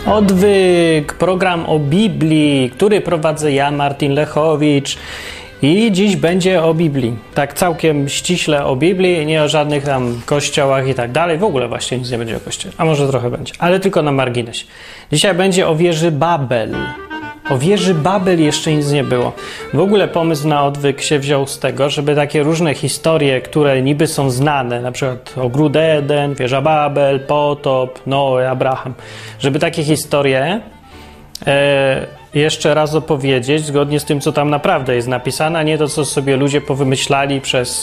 Odwyk, program o Biblii, który prowadzę ja, Martin Lechowicz. I dziś będzie o Biblii. Tak całkiem ściśle o Biblii, nie o żadnych tam kościołach i tak dalej. W ogóle właśnie nic nie będzie o kościele. A może trochę będzie, ale tylko na marginesie. Dzisiaj będzie o wieży Babel. O wieży Babel jeszcze nic nie było. W ogóle pomysł na odwyk się wziął z tego, żeby takie różne historie, które niby są znane, na przykład Ogród Eden, wieża Babel, potop, Noe, Abraham, żeby takie historie jeszcze raz opowiedzieć zgodnie z tym, co tam naprawdę jest napisane, a nie to, co sobie ludzie powymyślali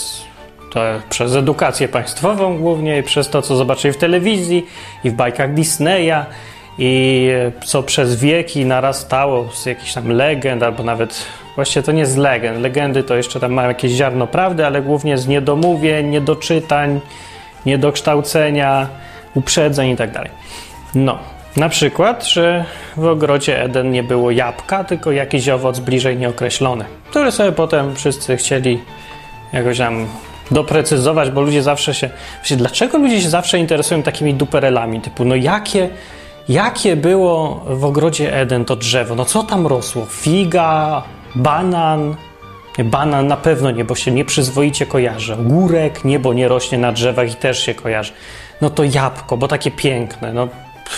przez edukację państwową głównie i przez to, co zobaczyli w telewizji i w bajkach Disneya i co przez wieki narastało z jakichś tam legend, albo nawet właściwie to nie z legend. Legendy to jeszcze tam mają jakieś ziarno prawdy, ale głównie z niedomówień, niedoczytań, niedokształcenia, uprzedzeń i tak dalej. No. Na przykład, że w ogrodzie Eden nie było jabłka, tylko jakiś owoc bliżej nieokreślony, który sobie potem wszyscy chcieli jakoś tam doprecyzować, bo ludzie zawsze się... Dlaczego ludzie się zawsze interesują takimi duperelami? Typu, no jakie było w ogrodzie Eden to drzewo? No co tam rosło? Figa? Banan? Nie, banan na pewno nie, bo się nieprzyzwoicie kojarzy. Ogórek? Nie, bo nie rośnie na drzewach i też się kojarzy. No to jabłko, bo takie piękne, no...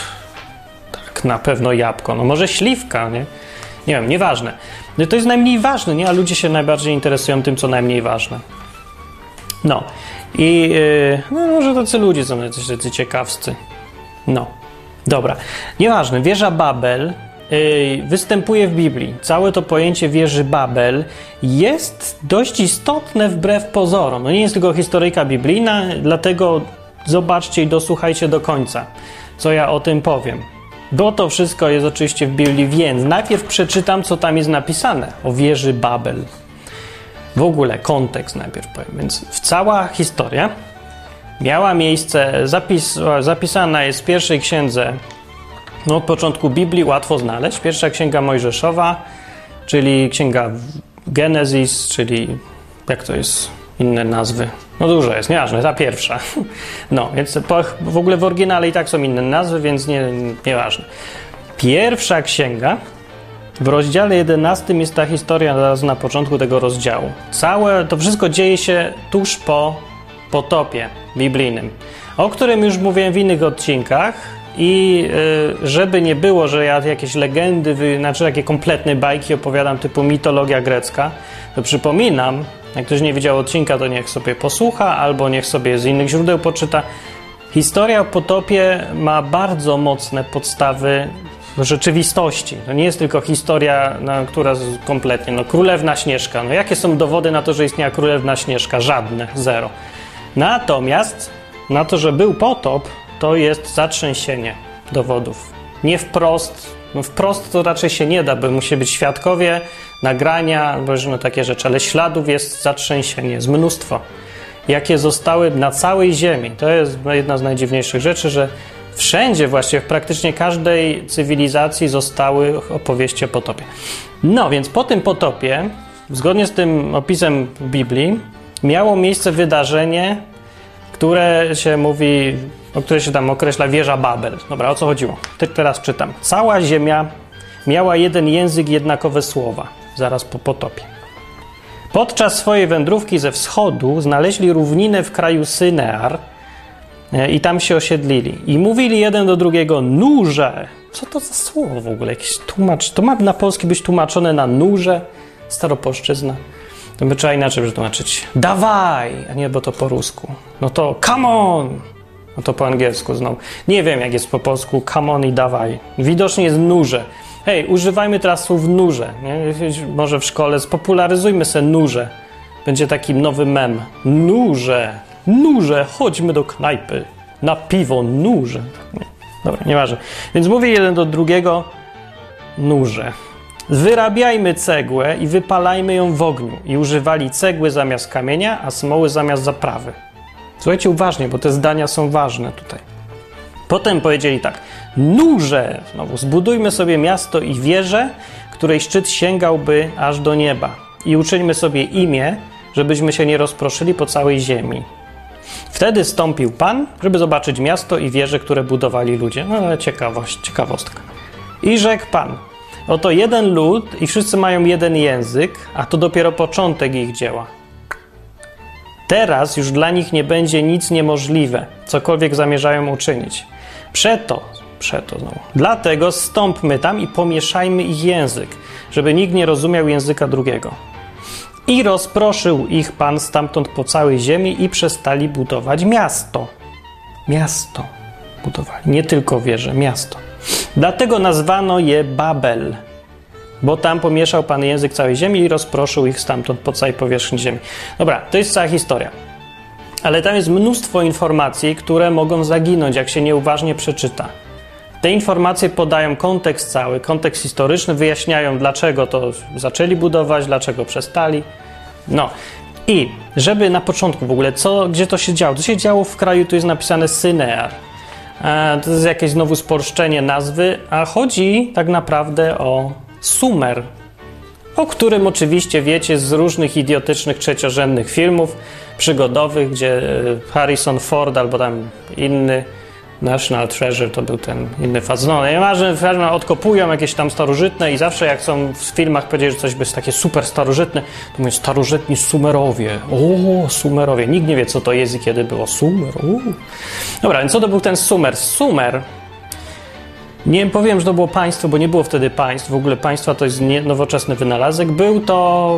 Na pewno jabłko, no może śliwka, nie? Nie wiem, nieważne. No to jest najmniej ważne, nie? A ludzie się najbardziej interesują tym, co najmniej ważne. No. I no może tacy ludzie są tacy ciekawscy. No. Dobra. Nieważne. Wieża Babel występuje w Biblii. Całe to pojęcie wieży Babel jest dość istotne wbrew pozorom. No nie jest tylko historyjka biblijna, dlatego zobaczcie i dosłuchajcie do końca, co ja o tym powiem. Bo to wszystko jest oczywiście w Biblii, więc najpierw przeczytam, co tam jest napisane o wieży Babel. W ogóle kontekst najpierw powiem. Więc cała historia miała miejsce, zapisana jest w pierwszej księdze, no od początku Biblii łatwo znaleźć. Pierwsza księga Mojżeszowa, czyli księga Genesis, czyli jak to jest inne nazwy. No dużo jest, nieważne, ta pierwsza. No, więc w ogóle w oryginale i tak są inne nazwy, więc nieważne. Pierwsza księga, w rozdziale 11 jest ta historia zaraz na początku tego rozdziału. Całe to wszystko dzieje się tuż po potopie biblijnym, o którym już mówiłem w innych odcinkach i żeby nie było, że ja jakieś legendy, znaczy takie kompletne bajki opowiadam typu mitologia grecka, to przypominam, jak ktoś nie widział odcinka, to niech sobie posłucha albo niech sobie z innych źródeł poczyta. Historia o potopie ma bardzo mocne podstawy w rzeczywistości. To nie jest tylko historia, która kompletnie... Królewna Śnieżka. Jakie są dowody na to, że istniała Królewna Śnieżka? Żadne. Zero. Natomiast na to, że był potop, to jest zatrzęsienie dowodów. Nie wprost. Wprost to raczej się nie da, bo musi być świadkowie, nagrania, różne takie rzeczy, ale śladów jest zatrzęsienie, jest mnóstwo. Jakie zostały na całej ziemi. To jest jedna z najdziwniejszych rzeczy, że wszędzie właściwie, w praktycznie każdej cywilizacji zostały opowieści o potopie. No, więc po tym potopie, zgodnie z tym opisem w Biblii, miało miejsce wydarzenie, które się mówi... o której się tam określa wieża Babel. Dobra, o co chodziło? Teraz czytam. Cała ziemia miała jeden język, jednakowe słowa, zaraz po potopie. Podczas swojej wędrówki ze wschodu znaleźli równinę w kraju Synear i tam się osiedlili. I mówili jeden do drugiego nurze. Co to za słowo w ogóle? Jakiś tłumacz. To ma na polski być tłumaczone na nurze? Staropolszczyzna. To by trzeba inaczej przetłumaczyć. Dawaj! A nie, bo to po rusku. No to come on! No to po angielsku znowu. Nie wiem, jak jest po polsku come on i dawaj. Widocznie jest nurze. Hej, używajmy teraz słów nurze. Nie? Może w szkole spopularyzujmy sobie nurze. Będzie taki nowy mem. Nurze, nurze, chodźmy do knajpy. Na piwo, nurze. Nie. Dobra, nieważne. Więc mówię jeden do drugiego nurze. Wyrabiajmy cegłę i wypalajmy ją w ogniu. I używali cegły zamiast kamienia, a smoły zamiast zaprawy. Słuchajcie uważnie, bo te zdania są ważne tutaj. Potem powiedzieli tak. Nurze! Znowu, zbudujmy sobie miasto i wieżę, której szczyt sięgałby aż do nieba. I uczyńmy sobie imię, żebyśmy się nie rozproszyli po całej ziemi. Wtedy stąpił Pan, żeby zobaczyć miasto i wieże, które budowali ludzie. No ale ciekawostka. I rzekł Pan, oto jeden lud i wszyscy mają jeden język, a to dopiero początek ich dzieła. Teraz już dla nich nie będzie nic niemożliwe, cokolwiek zamierzają uczynić. Dlatego zstąpmy tam i pomieszajmy ich język, żeby nikt nie rozumiał języka drugiego. I rozproszył ich Pan stamtąd po całej ziemi i przestali budować miasto. Miasto budowali, nie tylko wieże, miasto. Dlatego nazwano je Babel, bo tam pomieszał Pan język całej ziemi i rozproszył ich stamtąd po całej powierzchni ziemi. Dobra, to jest cała historia. Ale tam jest mnóstwo informacji, które mogą zaginąć, jak się nieuważnie przeczyta. Te informacje podają kontekst cały, kontekst historyczny, wyjaśniają, dlaczego to zaczęli budować, dlaczego przestali. No i żeby na początku w ogóle, gdzie to się działo? To się działo w kraju, tu jest napisane Synear. To jest jakieś znowu spolszczenie nazwy, a chodzi tak naprawdę o Sumer, o którym oczywiście wiecie z różnych idiotycznych, trzeciorzędnych filmów przygodowych, gdzie Harrison Ford albo tam inny National Treasure to był ten inny facet. No, nieważne, odkopują jakieś tam starożytne i zawsze jak są w filmach powiedzieć, że coś jest takie super starożytne, to mówią starożytni Sumerowie. O, Sumerowie. Nikt nie wie, co to jest i kiedy było. Sumer. Dobra, więc co to był ten Sumer? Sumer, nie powiem, że to było państwo, bo nie było wtedy państw. W ogóle państwa to jest nowoczesny wynalazek. Był to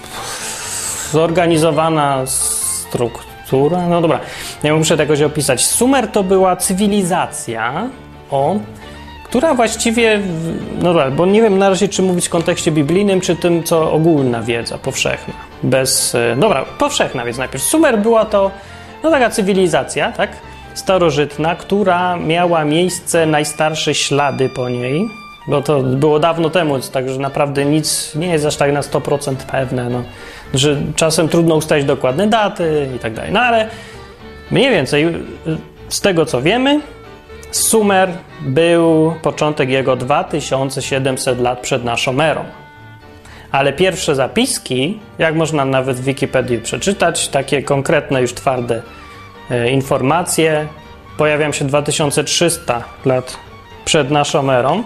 zorganizowana struktura. No dobra, nie muszę tego opisać. Sumer to była cywilizacja, która właściwie, no dobra, bo nie wiem na razie, czy mówić w kontekście biblijnym, czy tym, co ogólna wiedza, powszechna. Powszechna wiedza najpierw. Sumer była to, taka cywilizacja, tak? Starożytna, która miała miejsce, najstarsze ślady po niej, bo to było dawno temu, także naprawdę nic nie jest aż tak na 100% pewne, że czasem trudno ustalić dokładne daty i tak dalej. No ale mniej więcej z tego, co wiemy, Sumer był początek jego 2700 lat przed naszą erą. Ale pierwsze zapiski, jak można nawet w Wikipedii przeczytać, takie konkretne, już twarde informacje, pojawiają się 2300 lat przed naszą erą,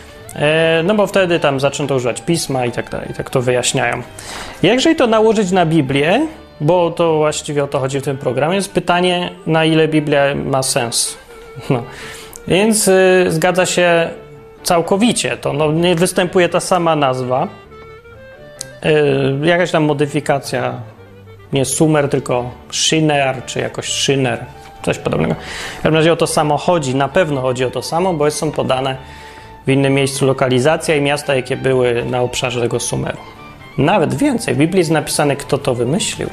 bo wtedy tam zaczęto używać pisma i tak dalej, tak to wyjaśniają. Jakże to nałożyć na Biblię, bo to właściwie o to chodzi w tym programie, jest pytanie, na ile Biblia ma sens. Więc zgadza się całkowicie, to nie występuje ta sama nazwa, jakaś tam modyfikacja, nie Sumer, tylko Shinear, czy jakoś Shiner, coś podobnego. W każdym razie o to samo chodzi, na pewno chodzi o to samo, bo są podane w innym miejscu lokalizacja i miasta, jakie były na obszarze tego Sumeru. Nawet więcej, w Biblii jest napisane, kto to wymyślił.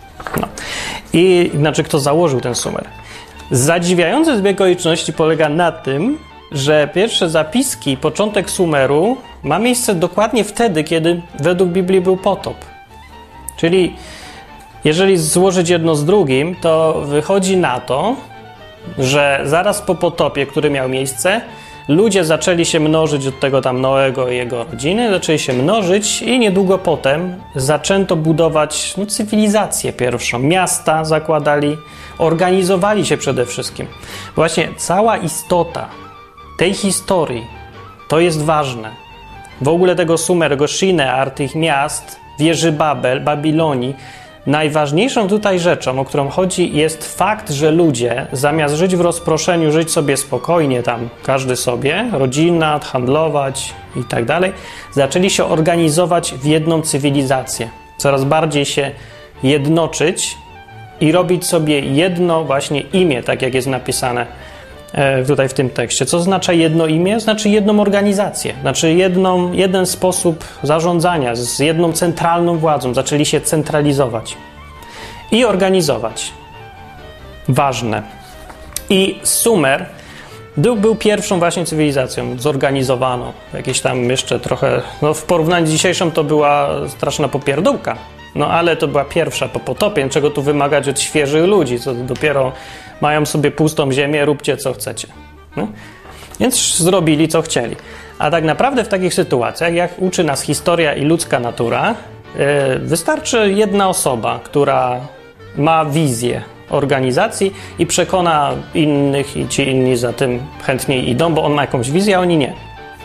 Kto założył ten Sumer. Zadziwiający zbieg okoliczności polega na tym, że pierwsze zapiski, początek Sumeru ma miejsce dokładnie wtedy, kiedy według Biblii był potop. Czyli jeżeli złożyć jedno z drugim, to wychodzi na to, że zaraz po potopie, który miał miejsce, ludzie zaczęli się mnożyć od tego tam Noego i jego rodziny, zaczęli się mnożyć i niedługo potem zaczęto budować cywilizację pierwszą. Miasta zakładali, organizowali się przede wszystkim. Właśnie cała istota tej historii, to jest ważne. W ogóle tego Sumer, tego Shinear, tych miast, wieży Babel, Babilonii, najważniejszą tutaj rzeczą, o którą chodzi, jest fakt, że ludzie zamiast żyć w rozproszeniu, żyć sobie spokojnie tam, każdy sobie, rodzina, handlować i tak dalej, zaczęli się organizować w jedną cywilizację. Coraz bardziej się jednoczyć i robić sobie jedno właśnie imię, tak jak jest napisane tutaj w tym tekście. Co oznacza jedno imię? Znaczy jedną organizację, znaczy jeden sposób zarządzania z jedną centralną władzą. Zaczęli się centralizować i organizować. Ważne. I Sumer był pierwszą właśnie cywilizacją zorganizowaną. Jakieś tam jeszcze trochę, w porównaniu z dzisiejszą to była straszna popierdółka. Ale to była pierwsza po potopie, czego tu wymagać od świeżych ludzi, co dopiero mają sobie pustą ziemię, róbcie co chcecie. Więc zrobili co chcieli. A tak naprawdę w takich sytuacjach, jak uczy nas historia i ludzka natura, wystarczy jedna osoba, która ma wizję organizacji i przekona innych i ci inni za tym chętniej idą, bo on ma jakąś wizję, a oni nie.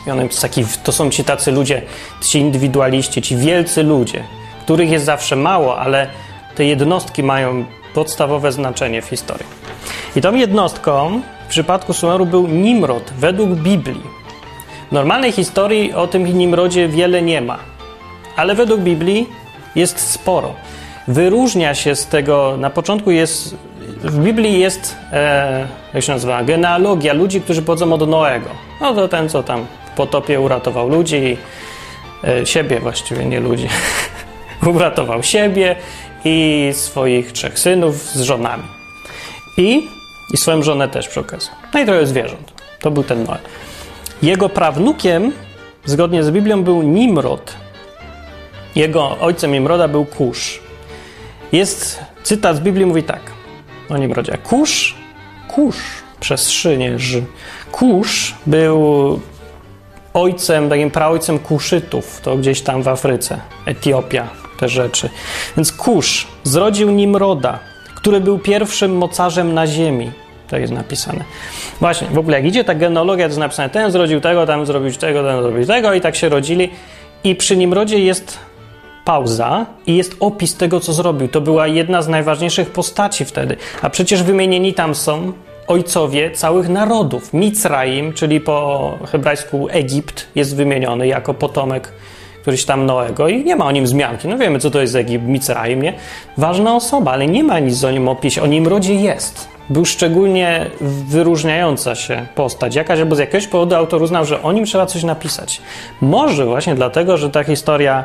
I to są ci tacy ludzie, ci indywidualiści, ci wielcy ludzie, których jest zawsze mało, ale te jednostki mają podstawowe znaczenie w historii. I tą jednostką w przypadku Sumeru był Nimrod, według Biblii. W normalnej historii o tym Nimrodzie wiele nie ma, ale według Biblii jest sporo. Wyróżnia się z tego, na początku w Biblii jest, jak się nazywa, genealogia ludzi, którzy pochodzą od Noego. No to ten, co tam w potopie uratował ludzi i siebie właściwie, nie ludzi. Uratował siebie i swoich 3 synów z żonami. I swoją żonę też przy okazji. No i trochę zwierząt. To był ten Noe. Jego prawnukiem, zgodnie z Biblią, był Nimrod. Jego ojcem Nimroda był Kusz. Jest cytat z Biblii, mówi tak o Nimrodzie. Kusz, przez szy, nie ży. Kusz był ojcem, takim praojcem Kuszytów, to gdzieś tam w Afryce, Etiopia, te rzeczy. Więc Kusz zrodził Nimroda, który był pierwszym mocarzem na ziemi. Tak jest napisane. Właśnie, w ogóle jak idzie ta genealogia, to jest napisane, ten zrodził tego, ten zrobił tego, ten zrobił tego i tak się rodzili. I przy Nimrodzie jest pauza i jest opis tego, co zrobił. To była jedna z najważniejszych postaci wtedy. A przecież wymienieni tam są ojcowie całych narodów. Micraim, czyli po hebrajsku Egipt, jest wymieniony jako potomek któryś tam Noego i nie ma o nim wzmianki. No wiemy, co to jest Egipt, Micraim, nie? Ważna osoba, ale nie ma nic o nim opisie. O Nimrodzie jest. Był szczególnie wyróżniająca się postać jakaś, albo z jakiegoś powodu autor uznał, że o nim trzeba coś napisać. Może właśnie dlatego, że ta historia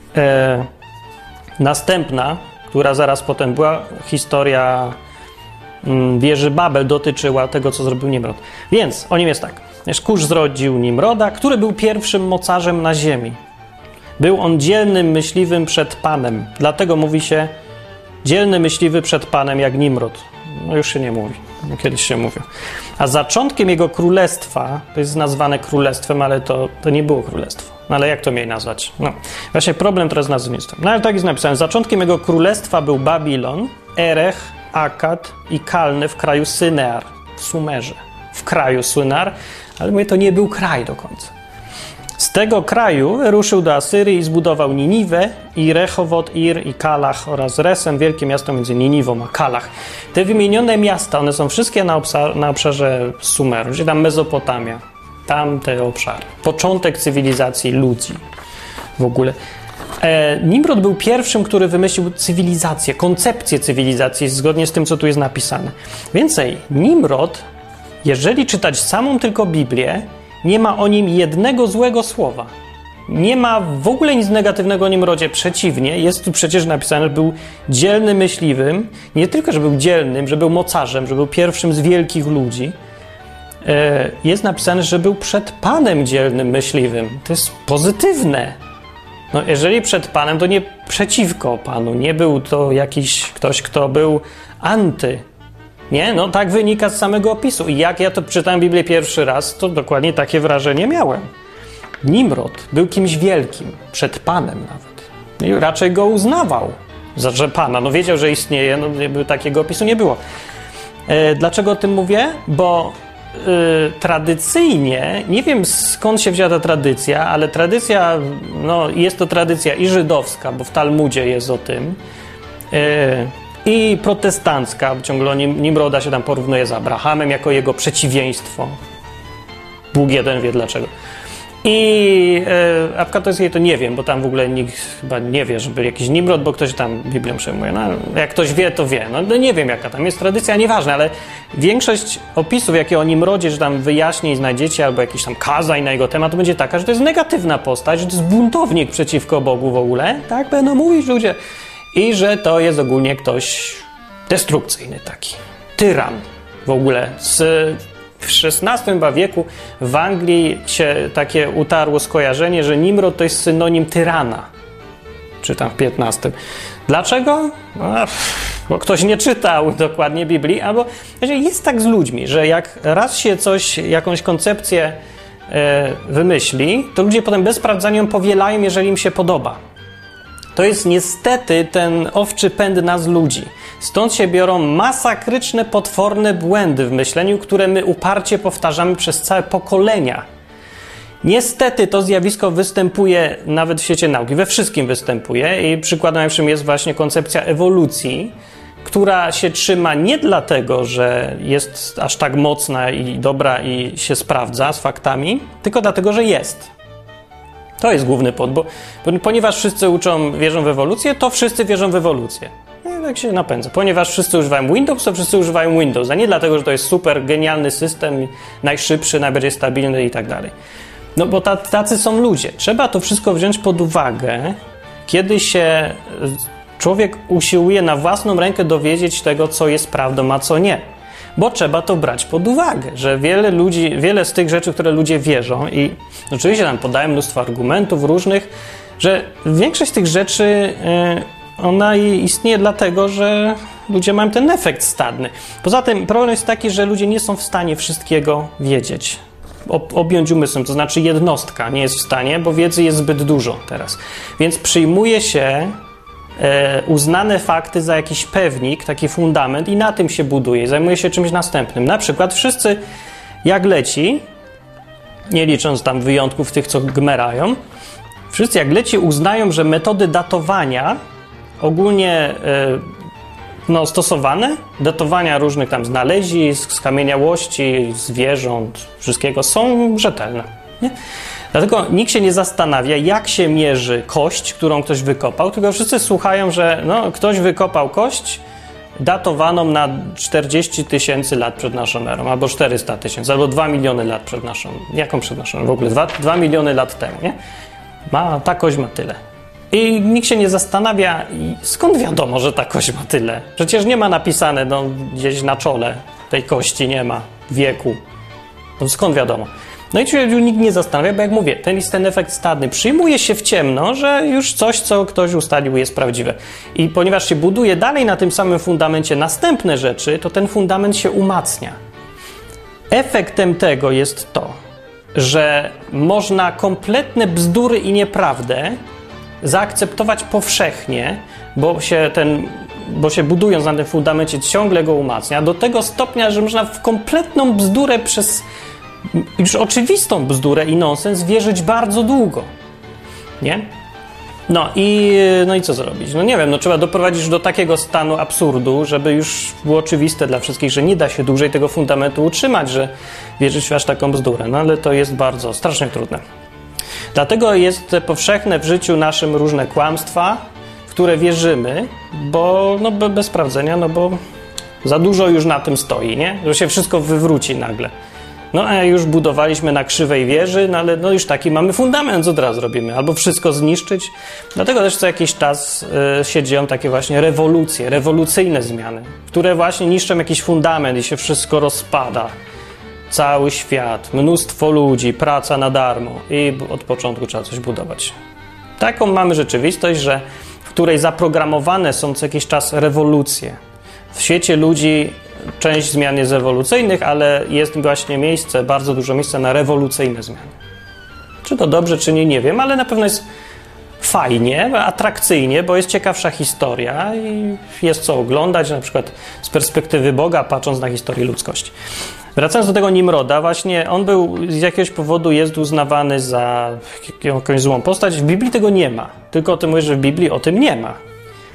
następna, która zaraz potem była, historia wieży Babel, dotyczyła tego, co zrobił Nimrod. Więc o nim jest tak. Kusz zrodził Nimroda, który był pierwszym mocarzem na ziemi. Był on dzielnym myśliwym przed Panem. Dlatego mówi się dzielny myśliwy przed Panem jak Nimrod. No już się nie mówi. Kiedyś się mówił. A zaczątkiem jego królestwa, to jest nazwane królestwem, ale to nie było królestwo. No ale jak to mieli nazwać? No, właśnie problem teraz z nazewnictwem. No ale tak jest napisane. Zaczątkiem jego królestwa był Babilon, Erech, Akkad i Kalne w kraju Synear, w Sumerze. W kraju Synear, ale mówię, to nie był kraj do końca. Z tego kraju ruszył do Asyrii i zbudował Niniwę, i Rechowot, Ir i Kalach oraz Resem, wielkie miasto między Niniwą a Kalach. Te wymienione miasta, one są wszystkie na obszarze Sumeru, czyli tam Mezopotamia, tamte obszary. Początek cywilizacji ludzi w ogóle. Nimrod był pierwszym, który wymyślił cywilizację, koncepcję cywilizacji, zgodnie z tym, co tu jest napisane. Więcej, Nimrod, jeżeli czytać samą tylko Biblię, nie ma o nim jednego złego słowa. Nie ma w ogóle nic negatywnego o Nimrodzie. Przeciwnie, jest tu przecież napisane, że był dzielnym myśliwym. Nie tylko, że był dzielnym, że był mocarzem, że był pierwszym z wielkich ludzi. Jest napisane, że był przed Panem dzielnym myśliwym. To jest pozytywne. No, jeżeli przed Panem, to nie przeciwko Panu. Nie był to jakiś ktoś, kto był anty. Nie? No tak wynika z samego opisu. I jak ja to czytałem Biblię pierwszy raz, to dokładnie takie wrażenie miałem. Nimrod był kimś wielkim, przed Panem nawet. I raczej go uznawał, że Pana. No wiedział, że istnieje, no takiego opisu nie było. Dlaczego o tym mówię? Bo tradycyjnie, nie wiem skąd się wzięła ta tradycja, ale tradycja, no jest to tradycja i żydowska, bo w Talmudzie jest o tym, i protestancka, ciągle Nimroda się tam porównuje z Abrahamem jako jego przeciwieństwo. Bóg jeden wie dlaczego. I a w katolickiej to nie wiem, bo tam w ogóle nikt chyba nie wie, że był jakiś Nimrod, bo ktoś tam Biblią przejmuje. No, jak ktoś wie, to wie. No nie wiem, jaka tam jest tradycja, nieważne, ale większość opisów, jakie o Nimrodzie, że tam wyjaśni i znajdziecie, albo jakiś tam kazań na jego temat, to będzie taka, że to jest negatywna postać, że to jest buntownik przeciwko Bogu w ogóle. Tak będą mówić ludzie. I że to jest ogólnie ktoś destrukcyjny taki. Tyran w ogóle. W XVI wieku w Anglii się takie utarło skojarzenie, że Nimrod to jest synonim tyrana. Czy tam w XV. Dlaczego? Bo ktoś nie czytał dokładnie Biblii, albo jest tak z ludźmi, że jak raz się jakąś koncepcję wymyśli, to ludzie potem bez sprawdzania ją powielają, jeżeli im się podoba. To jest niestety ten owczy pęd nas ludzi. Stąd się biorą masakryczne, potworne błędy w myśleniu, które my uparcie powtarzamy przez całe pokolenia. Niestety to zjawisko występuje nawet w świecie nauki, we wszystkim występuje i przykładem najlepszym jest właśnie koncepcja ewolucji, która się trzyma nie dlatego, że jest aż tak mocna i dobra i się sprawdza z faktami, tylko dlatego, że jest. To jest główny powód, bo ponieważ wszyscy wierzą w ewolucję, to wszyscy wierzą w ewolucję. I tak się napędza. Ponieważ wszyscy używają Windows, to wszyscy używają Windows, a nie dlatego, że to jest super genialny system, najszybszy, najbardziej stabilny i tak dalej. No bo tacy są ludzie. Trzeba to wszystko wziąć pod uwagę, kiedy się człowiek usiłuje na własną rękę dowiedzieć tego, co jest prawdą, a co nie. Bo trzeba to brać pod uwagę, że wiele z tych rzeczy, które ludzie wierzą i oczywiście nam podają mnóstwo argumentów różnych, że większość z tych rzeczy ona istnieje dlatego, że ludzie mają ten efekt stadny. Poza tym problem jest taki, że ludzie nie są w stanie wszystkiego wiedzieć. Objąć umysłem, to znaczy jednostka nie jest w stanie, bo wiedzy jest zbyt dużo teraz. Więc przyjmuje się uznane fakty za jakiś pewnik, taki fundament i na tym się buduje, zajmuje się czymś następnym. Na przykład wszyscy jak leci, nie licząc tam wyjątków tych, co gmerają, wszyscy jak leci uznają, że metody datowania ogólnie stosowane, datowania różnych tam znalezisk, skamieniałości, zwierząt, wszystkiego są rzetelne. Nie? Dlatego nikt się nie zastanawia, jak się mierzy kość, którą ktoś wykopał, tylko wszyscy słuchają, że ktoś wykopał kość datowaną na 40 000 lat przed naszą erą, albo 400 000, albo 2 miliony lat przed naszą. Jaką przed naszą? W ogóle 2 miliony lat temu, nie? Ta kość ma tyle. I nikt się nie zastanawia, skąd wiadomo, że ta kość ma tyle. Przecież nie ma napisane gdzieś na czole tej kości, nie ma wieku. Skąd wiadomo? No i się nikt nie zastanawia, bo jak mówię, ten efekt stadny przyjmuje się w ciemno, że już coś, co ktoś ustalił, jest prawdziwe. I ponieważ się buduje dalej na tym samym fundamencie następne rzeczy, to ten fundament się umacnia. Efektem tego jest to, że można kompletne bzdury i nieprawdę zaakceptować powszechnie, bo się budując na tym fundamencie ciągle go umacnia, do tego stopnia, że można w kompletną bzdurę przez już oczywistą bzdurę i nonsens wierzyć bardzo długo. Nie? No i co zrobić? Nie wiem, trzeba doprowadzić do takiego stanu absurdu, żeby już było oczywiste dla wszystkich, że nie da się dłużej tego fundamentu utrzymać, że wierzyć w aż taką bzdurę. Ale to jest bardzo, strasznie trudne. Dlatego jest powszechne w życiu naszym różne kłamstwa, w które wierzymy, bo bez sprawdzenia, bo za dużo już na tym stoi, nie? Że się wszystko wywróci nagle. A już budowaliśmy na krzywej wieży, ale już taki mamy fundament, co teraz robimy? Albo wszystko zniszczyć. Dlatego też co jakiś czas się dzieją takie właśnie rewolucje, rewolucyjne zmiany, które właśnie niszczą jakiś fundament i się wszystko rozpada. Cały świat, mnóstwo ludzi, praca na darmo i od początku trzeba coś budować. Taką mamy rzeczywistość, w której zaprogramowane są co jakiś czas rewolucje. W świecie ludzi część zmian jest ewolucyjnych, ale jest właśnie bardzo dużo miejsca na rewolucyjne zmiany. Czy to dobrze, czy nie wiem, ale na pewno jest fajnie, atrakcyjnie, bo jest ciekawsza historia i jest co oglądać, na przykład z perspektywy Boga, patrząc na historię ludzkości. Wracając do tego Nimroda, właśnie on z jakiegoś powodu jest uznawany za jakąś złą postać. W Biblii tego nie ma. Tylko o tym mówię, że w Biblii o tym nie ma.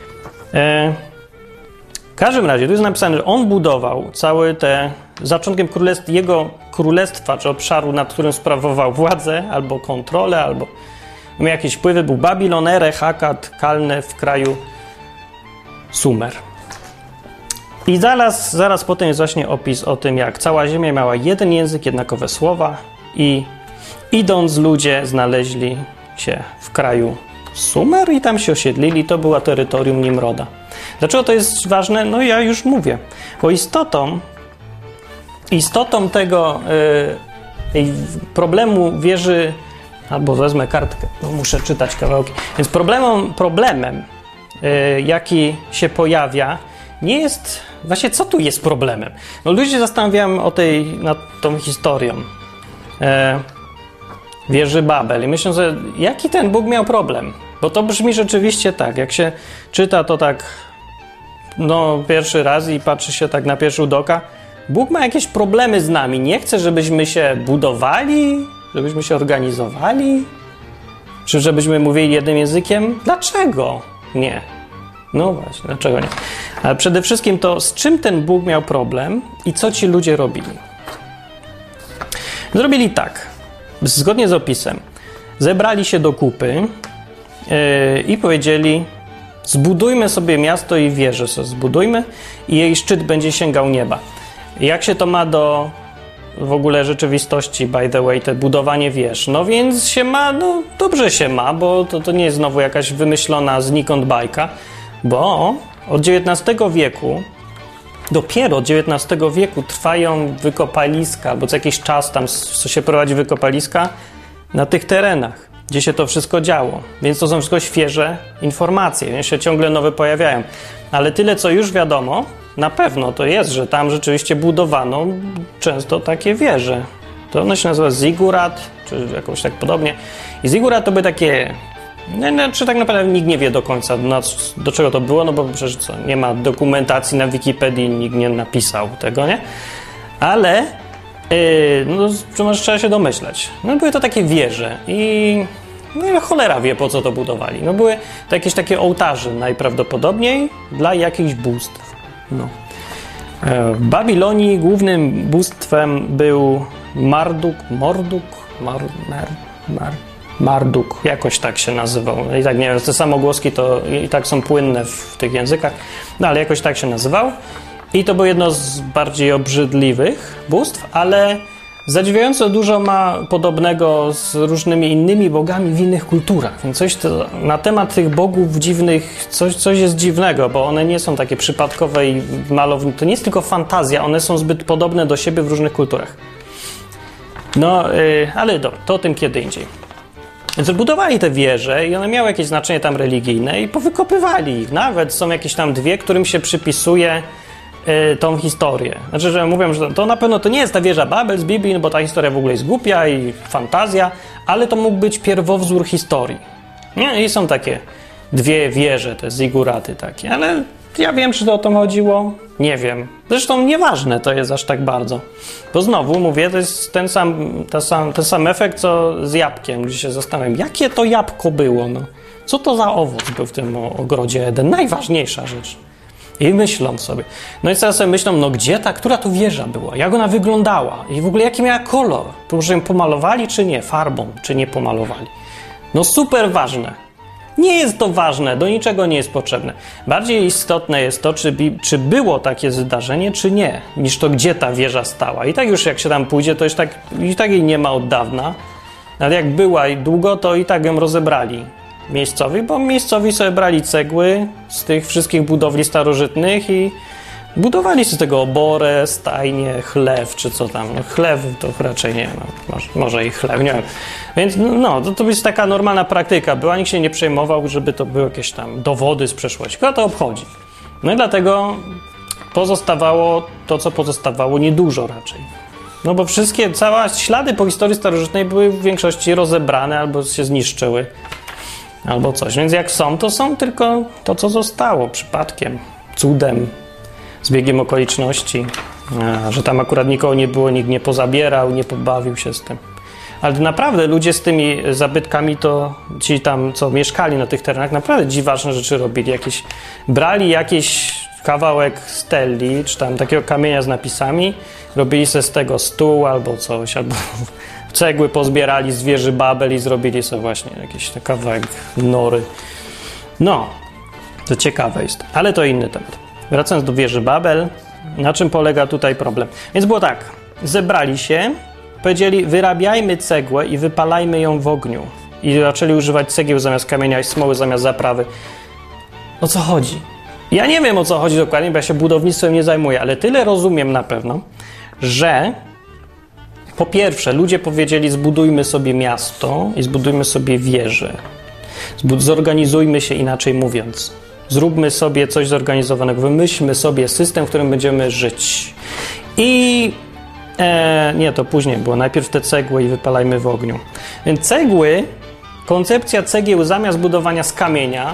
W każdym razie, tu jest napisane, że on budował zaczątkiem jego królestwa, czy obszaru, nad którym sprawował władzę, albo kontrolę, albo miał jakieś wpływy, był Babilon, Erech, Akkad, Kalne w kraju Sumer. I zaraz potem jest właśnie opis o tym, jak cała ziemia miała jeden język, jednakowe słowa i idąc ludzie znaleźli się w kraju Sumer i tam się osiedlili. To była terytorium Nimroda. Dlaczego to jest ważne? Ja już mówię. Bo istotą tego problemu wieży, albo wezmę kartkę, bo muszę czytać kawałki. Więc problemem jaki się pojawia, nie jest... Właśnie co tu jest problemem? Ludzie się zastanawiają nad tą historią wieży Babel i myślą sobie, jaki ten Bóg miał problem? Bo to brzmi rzeczywiście tak, jak się czyta to tak pierwszy raz i patrzy się tak na pierwszy rzut oka, Bóg ma jakieś problemy z nami, nie chce, żebyśmy się budowali, Żebyśmy się organizowali? Czy żebyśmy mówili jednym językiem? Dlaczego nie? No właśnie, dlaczego nie? Ale przede wszystkim to, z czym ten Bóg miał problem i co ci ludzie robili? Zrobili tak, zgodnie z opisem. Zebrali się do kupy i powiedzieli: zbudujmy sobie miasto i wieżę sobie zbudujmy i jej szczyt będzie sięgał nieba. Jak się to ma do w ogóle rzeczywistości, by the way, te budowanie wież? No więc się ma, no dobrze się ma, bo to nie jest znowu jakaś wymyślona znikąd bajka, bo od XIX wieku, dopiero od XIX wieku trwają wykopaliska, albo co jakiś czas tam się prowadzi wykopaliska na tych terenach, gdzie się to wszystko działo. Więc to są wszystko świeże informacje, więc się ciągle nowe pojawiają. Ale tyle, co już wiadomo, na pewno to jest, że tam rzeczywiście budowano często takie wieże. To ono się nazywa zigurat, czy jakoś tak podobnie. I zigurat to by takie... czy tak naprawdę nikt nie wie do końca, do czego to było, no bo przecież nie ma dokumentacji na Wikipedii, nikt nie napisał tego, nie? Ale może trzeba się domyśleć. No były to takie wieże i cholera wie, po co to budowali. No były to jakieś takie ołtarze najprawdopodobniej dla jakichś bóstw. No. W Babilonii głównym bóstwem był Marduk, jakoś tak się nazywał. I tak nie wiem, te samogłoski to i tak są płynne w tych językach, no ale jakoś tak się nazywał. I to było jedno z bardziej obrzydliwych bóstw, ale zadziwiająco dużo ma podobnego z różnymi innymi bogami w innych kulturach. Więc coś na temat tych bogów dziwnych, coś jest dziwnego, bo one nie są takie przypadkowe i malowne. To nie jest tylko fantazja, one są zbyt podobne do siebie w różnych kulturach. No, ale dobra, to o tym kiedy indziej. Więc budowali te wieże i one miały jakieś znaczenie tam religijne i powykopywali ich. Nawet są jakieś tam dwie, którym się przypisuje tą historię. Znaczy, że mówią, że to na pewno to nie jest ta wieża Babel z Biblii, no bo ta historia w ogóle jest głupia i fantazja, ale to mógł być pierwowzór historii. Nie? I są takie dwie wieże, te ziguraty takie, ale ja wiem, czy to o to chodziło? Nie wiem. Zresztą nieważne to jest aż tak bardzo. Bo znowu mówię, to jest ten sam efekt, co z jabłkiem, gdzie się zastanawiam, jakie to jabłko było, no. Co to za owoc był w tym ogrodzie Eden? Najważniejsza rzecz. I myślą sobie. No i teraz sobie myślą, no gdzie która to wieża była? Jak ona wyglądała? I w ogóle jaki miała kolor? To może ją pomalowali, czy nie? Farbą, czy nie pomalowali? No super ważne. Nie jest to ważne, do niczego nie jest potrzebne. Bardziej istotne jest to, czy było takie zdarzenie, czy nie, niż to, gdzie ta wieża stała. I tak już jak się tam pójdzie, to już tak jej nie ma od dawna. Ale jak była i długo, to i tak ją rozebrali miejscowi, bo miejscowi sobie brali cegły z tych wszystkich budowli starożytnych i budowali z tego oborę, stajnie, chlew, czy co tam. No, chlew to raczej nie, no, może i chlew, nie wiem. Więc no, to jest taka normalna praktyka była, nikt się nie przejmował, żeby to były jakieś tam dowody z przeszłości. Kogo to obchodzi? No i dlatego pozostawało to, co pozostawało, niedużo raczej. No bo całe ślady po historii starożytnej były w większości rozebrane albo się zniszczyły. Albo coś. Więc jak to są tylko to, co zostało przypadkiem, cudem, zbiegiem okoliczności, że tam akurat nikogo nie było, nikt nie pozabierał, nie pobawił się z tym. Ale naprawdę ludzie z tymi zabytkami, to ci tam, co mieszkali na tych terenach, naprawdę dziwaczne rzeczy robili. Brali jakiś kawałek steli, czy tam takiego kamienia z napisami, robili sobie z tego stół albo coś, albo cegły pozbierali z wieży Babel i zrobili sobie właśnie jakiś kawałek nory. No, to ciekawe jest, ale to inny temat. Wracając do wieży Babel, na czym polega tutaj problem? Więc było tak, zebrali się, powiedzieli, wyrabiajmy cegłę i wypalajmy ją w ogniu. I zaczęli używać cegieł zamiast kamienia i smoły zamiast zaprawy. O co chodzi? Ja nie wiem, o co chodzi dokładnie, bo ja się budownictwem nie zajmuję, ale tyle rozumiem na pewno, że po pierwsze, ludzie powiedzieli, zbudujmy sobie miasto i zbudujmy sobie wieżę. Zorganizujmy się, inaczej mówiąc. Zróbmy sobie coś zorganizowanego. Wymyślmy sobie system, w którym będziemy żyć. I nie, to później było. Najpierw te cegły i wypalajmy w ogniu. Więc cegły, koncepcja cegieł zamiast budowania z kamienia,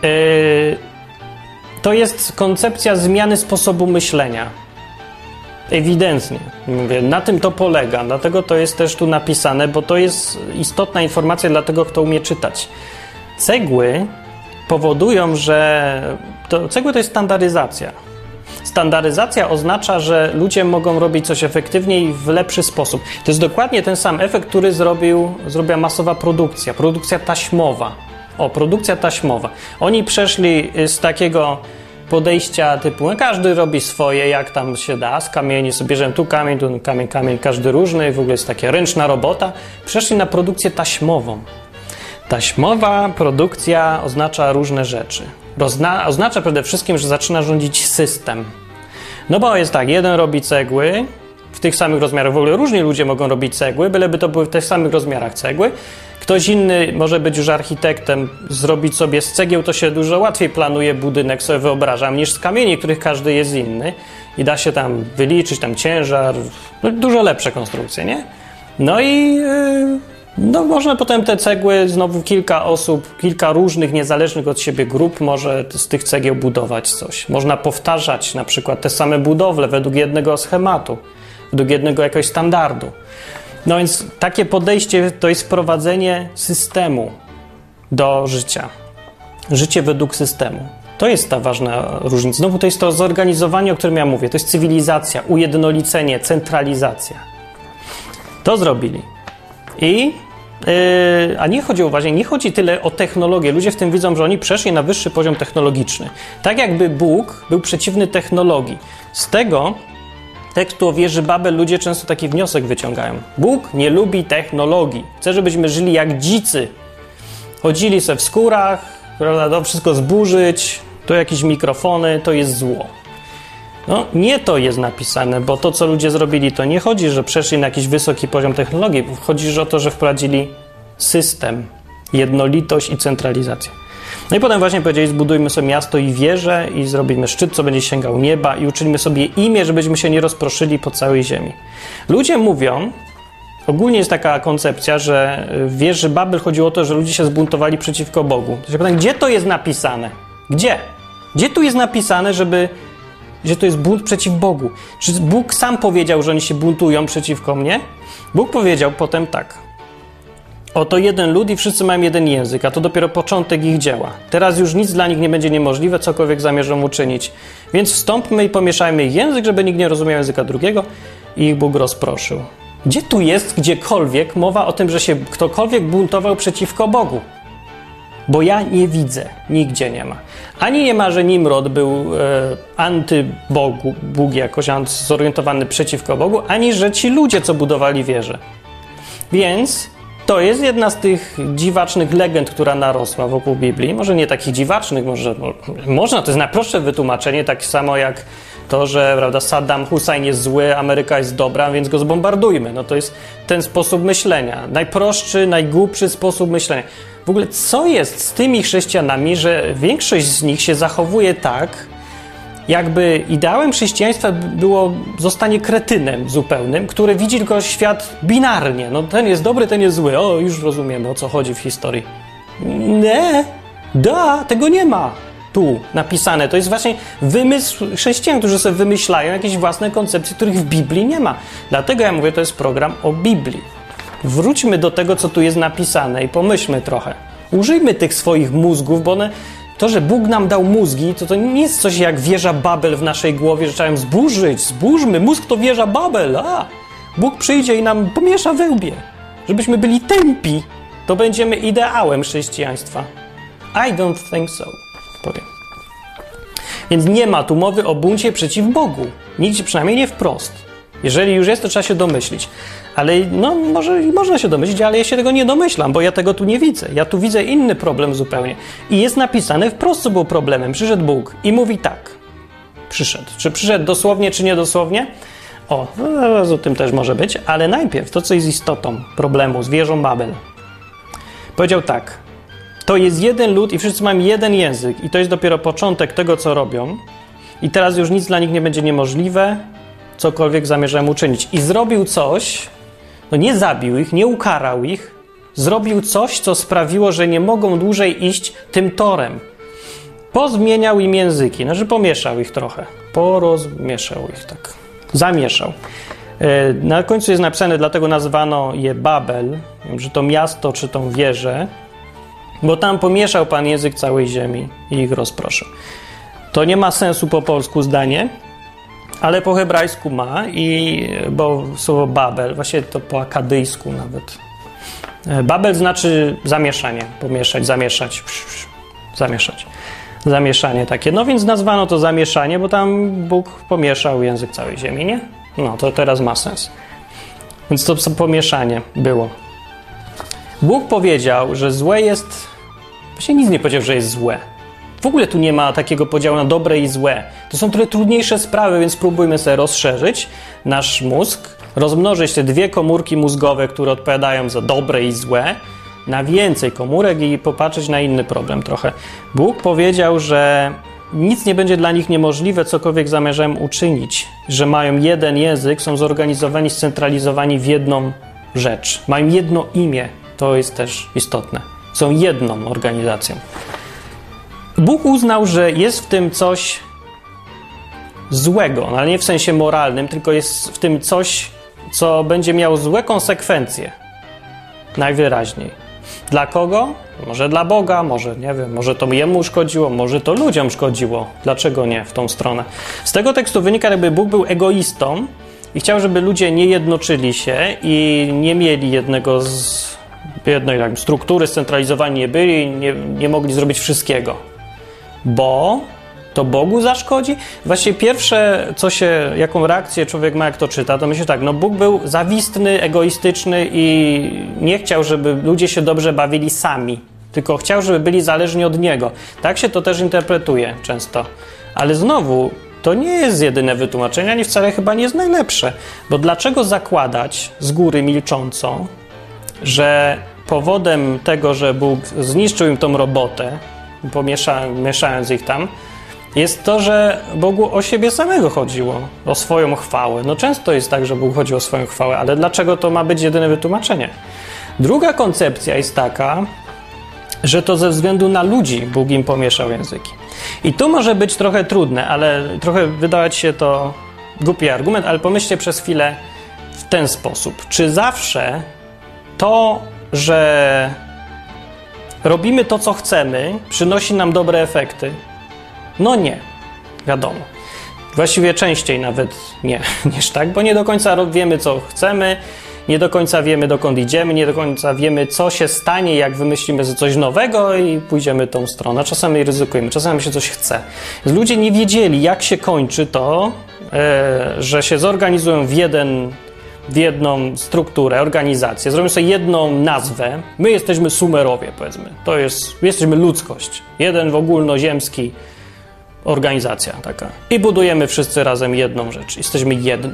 to jest koncepcja zmiany sposobu myślenia. Ewidentnie. Mówię, na tym to polega, dlatego to jest też tu napisane, bo to jest istotna informacja dla tego, kto umie czytać. Cegły powodują, że... Cegły to jest standaryzacja. Standaryzacja oznacza, że ludzie mogą robić coś efektywniej w lepszy sposób. To jest dokładnie ten sam efekt, który zrobiła masowa produkcja. Produkcja taśmowa. Produkcja taśmowa. Oni przeszli z takiego podejścia typu, no każdy robi swoje, jak tam się da, z kamieni sobie bierzemy tu kamień, każdy różny, w ogóle jest taka ręczna robota. Przeszli na produkcję taśmową. Taśmowa produkcja oznacza różne rzeczy. Oznacza przede wszystkim, że zaczyna rządzić system. No bo jest tak, jeden robi cegły w tych samych rozmiarach, w ogóle różni ludzie mogą robić cegły, byleby to były w tych samych rozmiarach cegły. Ktoś inny może być już architektem, zrobić sobie z cegieł, to się dużo łatwiej planuje budynek, sobie wyobrażam, niż z kamieni, których każdy jest inny i da się tam wyliczyć tam ciężar, no, dużo lepsze konstrukcje, nie? No i można potem te cegły, znowu kilka osób, kilka różnych, niezależnych od siebie grup może z tych cegieł budować coś. Można powtarzać na przykład te same budowle według jednego schematu, według jednego jakiegoś standardu. No więc takie podejście to jest wprowadzenie systemu do życia. Życie według systemu. To jest ta ważna różnica. Znowu to jest to zorganizowanie, o którym ja mówię. To jest cywilizacja, ujednolicenie, centralizacja. To zrobili. A nie chodzi, uważaj, nie chodzi tyle o technologię. Ludzie w tym widzą, że oni przeszli na wyższy poziom technologiczny. Tak jakby Bóg był przeciwny technologii. Z tego tekstu o wieży Babel ludzie często taki wniosek wyciągają. Bóg nie lubi technologii. Chce, żebyśmy żyli jak dzicy. Chodzili sobie w skórach, prawda, to wszystko zburzyć, to jakieś mikrofony, to jest zło. No, nie to jest napisane, bo to, co ludzie zrobili, to nie chodzi, że przeszli na jakiś wysoki poziom technologii. Chodzi o to, że wprowadzili system, jednolitość i centralizację. No i potem właśnie powiedzieli, zbudujmy sobie miasto i wieżę i zrobimy szczyt, co będzie sięgał nieba i uczynimy sobie imię, żebyśmy się nie rozproszyli po całej ziemi. Ludzie mówią, ogólnie jest taka koncepcja, że w wieży Babel chodziło o to, że ludzie się zbuntowali przeciwko Bogu. To się pytam, gdzie to jest napisane? Gdzie? Gdzie tu jest napisane, że to jest bunt przeciw Bogu? Czy Bóg sam powiedział, że oni się buntują przeciwko mnie? Bóg powiedział potem tak. Oto jeden lud i wszyscy mają jeden język, a to dopiero początek ich dzieła. Teraz już nic dla nich nie będzie niemożliwe, cokolwiek zamierzą uczynić. Więc wstąpmy i pomieszajmy ich język, żeby nikt nie rozumiał języka drugiego i ich Bóg rozproszył. Gdzie tu jest gdziekolwiek mowa o tym, że się ktokolwiek buntował przeciwko Bogu? Bo ja nie widzę, nigdzie nie ma. Ani nie ma, że Nimrod był anty-Bogu, Bóg jakoś zorientowany przeciwko Bogu, ani że ci ludzie, co budowali wieżę. Więc to jest jedna z tych dziwacznych legend, która narosła wokół Biblii. Może nie takich dziwacznych, można, to jest najprostsze wytłumaczenie, tak samo jak to, że prawda, Saddam Hussein jest zły, Ameryka jest dobra, więc go zbombardujmy. No to jest ten sposób myślenia. Najprostszy, najgłupszy sposób myślenia. W ogóle co jest z tymi chrześcijanami, że większość z nich się zachowuje tak, jakby ideałem chrześcijaństwa było zostanie kretynem zupełnym, który widzi tylko świat binarnie. No ten jest dobry, ten jest zły. O, już rozumiemy, o co chodzi w historii. Nie, tego nie ma tu napisane. To jest właśnie wymysł chrześcijan, którzy sobie wymyślają jakieś własne koncepcje, których w Biblii nie ma. Dlatego ja mówię, to jest program o Biblii. Wróćmy do tego, co tu jest napisane i pomyślmy trochę. Użyjmy tych swoich mózgów, bo to, że Bóg nam dał mózgi, to nie jest coś jak wieża Babel w naszej głowie, że trzeba ją zburzmy, mózg to wieża Babel, Bóg przyjdzie i nam pomiesza we łbie. Żebyśmy byli tępi, to będziemy ideałem chrześcijaństwa. I don't think so, powiem. Więc nie ma tu mowy o buncie przeciw Bogu. Nigdzie, przynajmniej nie wprost. Jeżeli już jest, to trzeba się domyślić. Ale może można się domyślić, ale ja się tego nie domyślam, bo ja tego tu nie widzę. Ja tu widzę inny problem zupełnie. I jest napisane wprost, co był problemem. Przyszedł Bóg i mówi tak. Przyszedł. Czy przyszedł dosłownie, czy niedosłownie? O tym też może być. Ale najpierw to, co jest istotą problemu z wieżą Babel. Powiedział tak. To jest jeden lud i wszyscy mają jeden język. I to jest dopiero początek tego, co robią. I teraz już nic dla nich nie będzie niemożliwe, cokolwiek zamierzałem uczynić. I zrobił coś, nie zabił ich, nie ukarał ich, zrobił coś, co sprawiło, że nie mogą dłużej iść tym torem. Pozmieniał im języki, pomieszał ich trochę. Porozmieszał ich tak. Zamieszał. Na końcu jest napisane, dlatego nazwano je Babel, że to miasto czy tą wieżę, bo tam pomieszał Pan język całej ziemi i ich rozproszył. To nie ma sensu po polsku zdanie, ale po hebrajsku ma, bo słowo Babel, właśnie to po akadyjsku nawet. Babel znaczy zamieszanie, pomieszać, zamieszać. Zamieszanie takie. No więc nazwano to zamieszanie, bo tam Bóg pomieszał język całej ziemi, nie? No to teraz ma sens. Więc to pomieszanie było. Bóg powiedział, że złe jest... Właśnie nic nie powiedział, że jest złe. W ogóle tu nie ma takiego podziału na dobre i złe. To są trochę trudniejsze sprawy, więc spróbujmy sobie rozszerzyć nasz mózg, rozmnożyć te dwie komórki mózgowe, które odpowiadają za dobre i złe, na więcej komórek i popatrzeć na inny problem trochę. Bóg powiedział, że nic nie będzie dla nich niemożliwe, cokolwiek zamierzałem uczynić, że mają jeden język, są zorganizowani, scentralizowani w jedną rzecz. Mają jedno imię, to jest też istotne. Są jedną organizacją. Bóg uznał, że jest w tym coś złego, no ale nie w sensie moralnym, tylko jest w tym coś, co będzie miało złe konsekwencje. Najwyraźniej. Dla kogo? Może dla Boga, może, nie wiem, może to jemu szkodziło, może to ludziom szkodziło. Dlaczego nie w tą stronę? Z tego tekstu wynika, jakby Bóg był egoistą i chciał, żeby ludzie nie jednoczyli się i nie mieli jednej struktury, scentralizowani nie byli, nie mogli zrobić wszystkiego. Bo to Bogu zaszkodzi? Właściwie pierwsze, jaką reakcję człowiek ma, jak to czyta, to myśli tak, no Bóg był zawistny, egoistyczny i nie chciał, żeby ludzie się dobrze bawili sami, tylko chciał, żeby byli zależni od Niego. Tak się to też interpretuje często. Ale znowu, to nie jest jedyne wytłumaczenie, ani wcale chyba nie jest najlepsze. Bo dlaczego zakładać z góry milcząco, że powodem tego, że Bóg zniszczył im tą robotę, mieszając ich tam, jest to, że Bogu o siebie samego chodziło, o swoją chwałę. No często jest tak, że Bóg chodzi o swoją chwałę, ale dlaczego to ma być jedyne wytłumaczenie? Druga koncepcja jest taka, że to ze względu na ludzi Bóg im pomieszał języki. I tu może być trochę trudne, ale trochę wydawać się to głupi argument, ale pomyślcie przez chwilę w ten sposób. Czy zawsze to, że robimy to, co chcemy, przynosi nam dobre efekty? No nie, wiadomo. Właściwie częściej nawet nie, niż tak, bo nie do końca wiemy, co chcemy, nie do końca wiemy, dokąd idziemy, nie do końca wiemy, co się stanie, jak wymyślimy coś nowego i pójdziemy tą stronę. Czasami ryzykujemy, czasami się coś chce. Ludzie nie wiedzieli, jak się kończy to, że się zorganizują w jedną strukturę, organizację, zrobią sobie jedną nazwę. My jesteśmy Sumerowie, powiedzmy. Jesteśmy ludzkość. Jeden w ogólnoziemski organizacja taka. I budujemy wszyscy razem jedną rzecz. Jesteśmy jedno.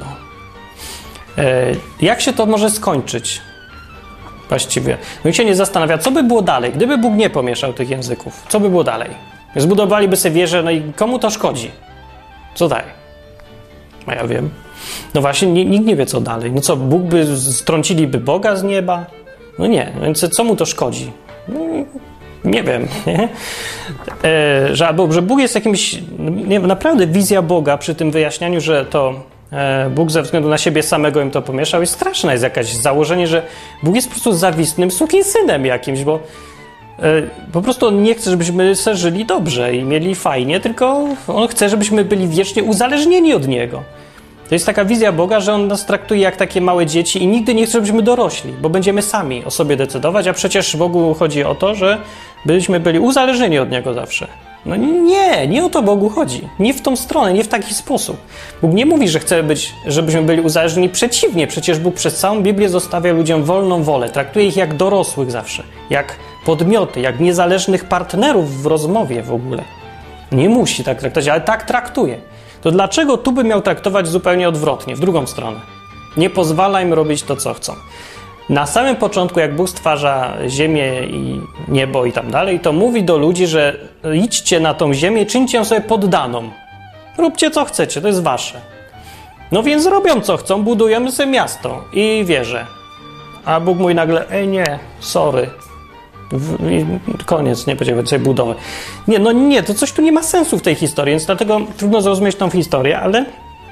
Jak się to może skończyć? Właściwie. Nikt się nie zastanawia, co by było dalej, gdyby Bóg nie pomieszał tych języków. Co by było dalej? Zbudowaliby sobie wieżę, no i komu to szkodzi? Co dalej? A ja wiem. No właśnie, nikt nie wie, co dalej. No co, strąciliby Boga z nieba? No nie, więc co mu to szkodzi? Nie wiem, nie? Że Bóg jest jakimś... Naprawdę wizja Boga przy tym wyjaśnianiu, że to Bóg ze względu na siebie samego im to pomieszał, jest straszne. Jest jakieś założenie, że Bóg jest po prostu zawistnym sukinsynem jakimś, bo po prostu On nie chce, żebyśmy sobie żyli dobrze i mieli fajnie, tylko On chce, żebyśmy byli wiecznie uzależnieni od Niego. To jest taka wizja Boga, że On nas traktuje jak takie małe dzieci i nigdy nie chce, żebyśmy dorośli, bo będziemy sami o sobie decydować, a przecież Bogu chodzi o to, że byliśmy byli uzależnieni od Niego zawsze. No nie o to Bogu chodzi. Nie w tą stronę, nie w taki sposób. Bóg nie mówi, że chce żebyśmy byli uzależnieni. Przeciwnie, przecież Bóg przez całą Biblię zostawia ludziom wolną wolę. Traktuje ich jak dorosłych zawsze, jak podmioty, jak niezależnych partnerów w rozmowie w ogóle. Nie musi tak traktować, ale tak traktuje. To dlaczego tu by miał traktować zupełnie odwrotnie, w drugą stronę? Nie pozwala im robić to, co chcą. Na samym początku, jak Bóg stwarza ziemię i niebo i tam dalej, to mówi do ludzi, że idźcie na tą ziemię, czyńcie ją sobie poddaną. Róbcie, co chcecie, to jest wasze. No więc robią, co chcą, budujemy sobie miasto i wieżę. A Bóg mówi nagle, nie, sorry. Koniec, nie będziemy sobie budowy. Nie, to coś tu nie ma sensu w tej historii, więc dlatego trudno zrozumieć tą historię, ale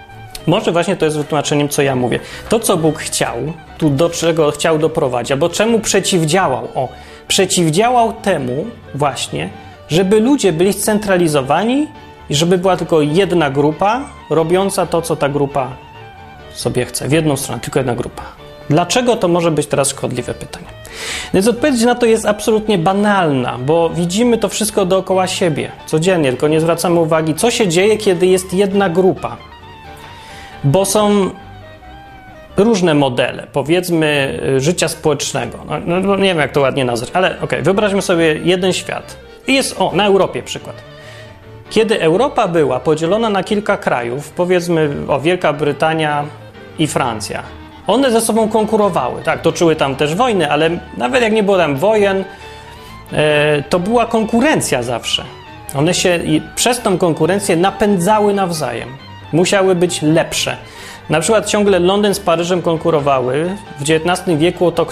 Może właśnie to jest wytłumaczeniem, co ja mówię. To, co Bóg chciał, tu do czego chciał doprowadzić, albo czemu przeciwdziałał? Przeciwdziałał temu właśnie, żeby ludzie byli scentralizowani i żeby była tylko jedna grupa robiąca to, co ta grupa sobie chce. W jedną stronę, tylko jedna grupa. Dlaczego to może być teraz szkodliwe pytanie? Więc odpowiedź na to jest absolutnie banalna, bo widzimy to wszystko dookoła siebie codziennie, tylko nie zwracamy uwagi, co się dzieje, kiedy jest jedna grupa. Bo są różne modele, powiedzmy, życia społecznego. No, nie wiem, jak to ładnie nazwać, ale okej, wyobraźmy sobie jeden świat. I jest, na Europie przykład. Kiedy Europa była podzielona na kilka krajów, powiedzmy, Wielka Brytania i Francja, one ze sobą konkurowały. Tak, toczyły tam też wojny, ale nawet jak nie było tam wojen, to była konkurencja zawsze. One się przez tą konkurencję napędzały nawzajem. Musiały być lepsze. Na przykład ciągle Londyn z Paryżem konkurowały w XIX wieku o to,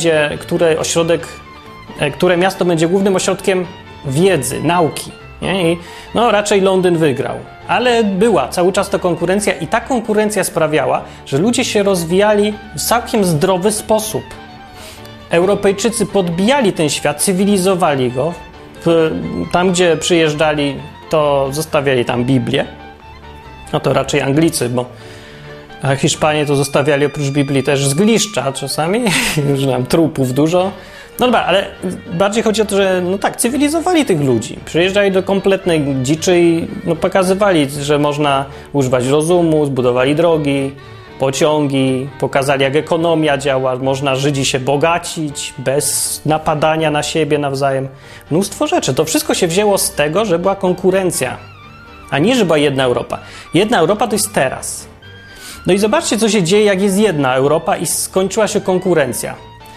które miasto będzie głównym ośrodkiem wiedzy, nauki. Nie? I raczej Londyn wygrał. Ale była cały czas to konkurencja i ta konkurencja sprawiała, że ludzie się rozwijali w całkiem zdrowy sposób. Europejczycy podbijali ten świat, cywilizowali go. Tam, gdzie przyjeżdżali, to zostawiali tam Biblię. No to raczej Anglicy, bo Hiszpanie to zostawiali oprócz Biblii też zgliszcza czasami, już nam trupów dużo. No dobra, ale bardziej chodzi o to, że cywilizowali tych ludzi. Przyjeżdżali do kompletnej dziczy i pokazywali, że można używać rozumu, zbudowali drogi, pociągi, pokazali, jak ekonomia działa, można żyć i się bogacić bez napadania na siebie nawzajem. Mnóstwo rzeczy. To wszystko się wzięło z tego, że była konkurencja, a nie, że była jedna Europa. Jedna Europa to jest teraz. No i zobaczcie, co się dzieje, jak jest jedna Europa i skończyła się konkurencja.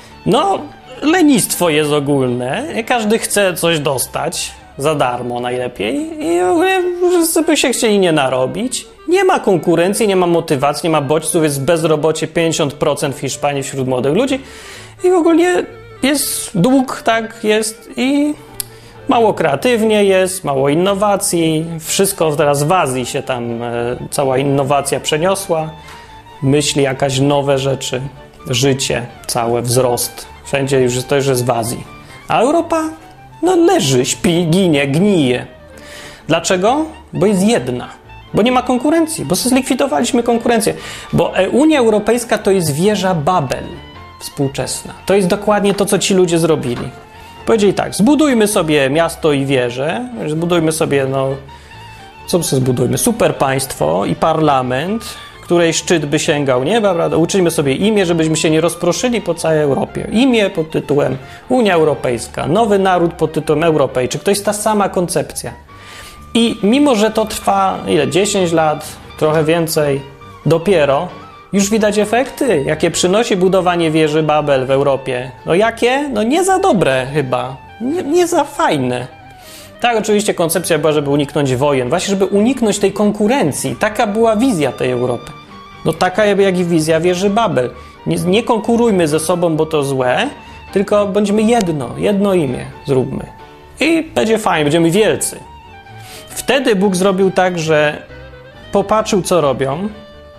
Lenistwo jest ogólne, każdy chce coś dostać, za darmo najlepiej i w ogóle wszyscy by się chcieli nie narobić. Nie ma konkurencji, nie ma motywacji, nie ma bodźców, jest bezrobocie 50% w Hiszpanii wśród młodych ludzi i ogólnie jest dług, tak jest i mało kreatywnie jest, mało innowacji, wszystko teraz w Azji się tam cała innowacja przeniosła, myśli jakaś nowe rzeczy, życie, całe wzrost, wszędzie to już jest w Azji. A Europa leży, śpi, ginie, gnije. Dlaczego? Bo jest jedna. Bo nie ma konkurencji, bo zlikwidowaliśmy konkurencję. Bo Unia Europejska to jest wieża Babel współczesna. To jest dokładnie to, co ci ludzie zrobili. Powiedzieli tak, zbudujmy sobie miasto i wieżę, zbudujmy sobie, co sobie zbudujmy? Super państwo i parlament, której szczyt by sięgał nieba, prawda? Uczyńmy sobie imię, żebyśmy się nie rozproszyli po całej Europie. Imię pod tytułem Unia Europejska, nowy naród pod tytułem Europejczyk. To jest ta sama koncepcja. I mimo, że to trwa, 10 lat, trochę więcej, dopiero już widać efekty, jakie przynosi budowanie wieży Babel w Europie. Jakie? Nie za dobre chyba. Nie za fajne. Tak, oczywiście koncepcja była, żeby uniknąć wojen. Właśnie, żeby uniknąć tej konkurencji. Taka była wizja tej Europy. Taka jak i wizja wieży Babel. Nie konkurujmy ze sobą, bo to złe, tylko będziemy jedno imię zróbmy. I będzie fajnie, będziemy wielcy. Wtedy Bóg zrobił tak, że popatrzył, co robią,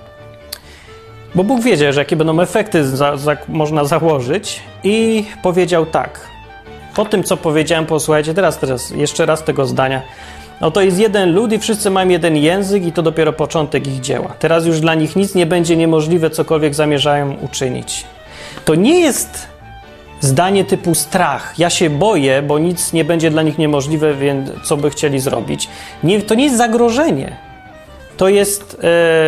bo Bóg wiedział, że jakie będą efekty można założyć i powiedział tak. Po tym, co powiedziałem, posłuchajcie teraz jeszcze raz tego zdania. To jest jeden lud i wszyscy mają jeden język i to dopiero początek ich dzieła. Teraz już dla nich nic nie będzie niemożliwe, cokolwiek zamierzają uczynić. To nie jest zdanie typu strach. Ja się boję, bo nic nie będzie dla nich niemożliwe, więc co by chcieli zrobić. To nie jest zagrożenie. To jest...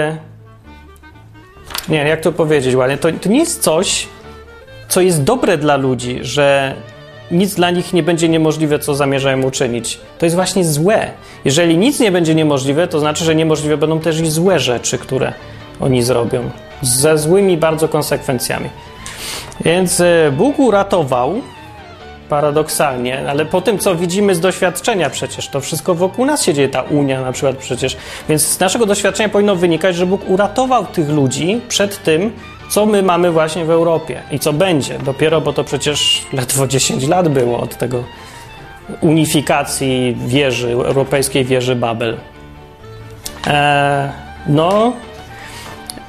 nie wiem, jak to powiedzieć ładnie. To nie jest coś, co jest dobre dla ludzi, że nic dla nich nie będzie niemożliwe, co zamierzają uczynić. To jest właśnie złe. Jeżeli nic nie będzie niemożliwe, to znaczy, że niemożliwe będą też i złe rzeczy, które oni zrobią. Ze złymi bardzo konsekwencjami. Więc Bóg uratował, paradoksalnie, ale po tym, co widzimy z doświadczenia przecież, to wszystko wokół nas się dzieje, ta Unia na przykład przecież. Więc z naszego doświadczenia powinno wynikać, że Bóg uratował tych ludzi przed tym, co my mamy właśnie w Europie i co będzie dopiero, bo to przecież ledwo 10 lat było od tego unifikacji wieży, europejskiej wieży Babel.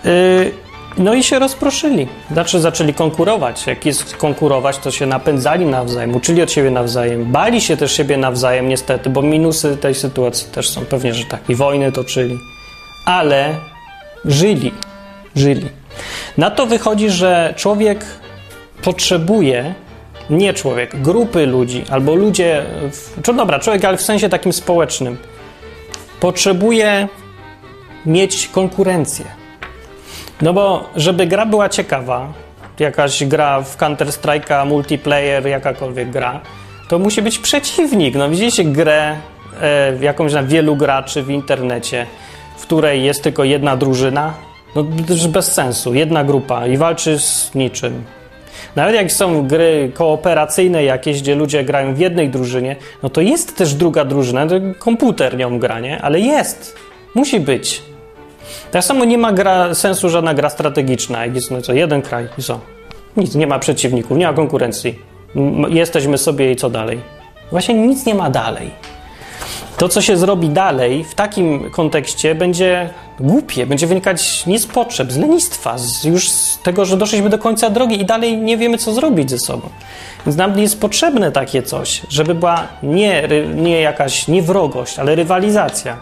No i się rozproszyli. Znaczy zaczęli konkurować. Jak jest konkurować, to się napędzali nawzajem, uczyli od siebie nawzajem, bali się też siebie nawzajem niestety, bo minusy tej sytuacji też są pewnie, że tak. I wojny toczyli. Ale żyli. Na to wychodzi, że człowiek potrzebuje, nie człowiek, grupy ludzi, albo ludzie, człowiek, ale w sensie takim społecznym, potrzebuje mieć konkurencję. No bo żeby gra była ciekawa, jakaś gra w Counter-Strike'a, multiplayer, jakakolwiek gra, to musi być przeciwnik. No widzieliście grę jakąś na wielu graczy w internecie, w której jest tylko jedna drużyna? No to już bez sensu, jedna grupa i walczy z niczym. Nawet jak są gry kooperacyjne jakieś, gdzie ludzie grają w jednej drużynie, no to jest też druga drużyna, to komputer nią gra, nie? Ale jest, musi być. Tak samo nie ma sensu żadna gra strategiczna, jak jest jeden kraj i co? Nic, nie ma przeciwników, nie ma konkurencji. Jesteśmy sobie i co dalej? Właśnie nic nie ma dalej. To, co się zrobi dalej, w takim kontekście będzie głupie, będzie wynikać nie z potrzeb, z lenistwa, już z tego, że doszliśmy do końca drogi i dalej nie wiemy, co zrobić ze sobą. Więc nam jest potrzebne takie coś, żeby była nie jakaś nie wrogość, ale rywalizacja.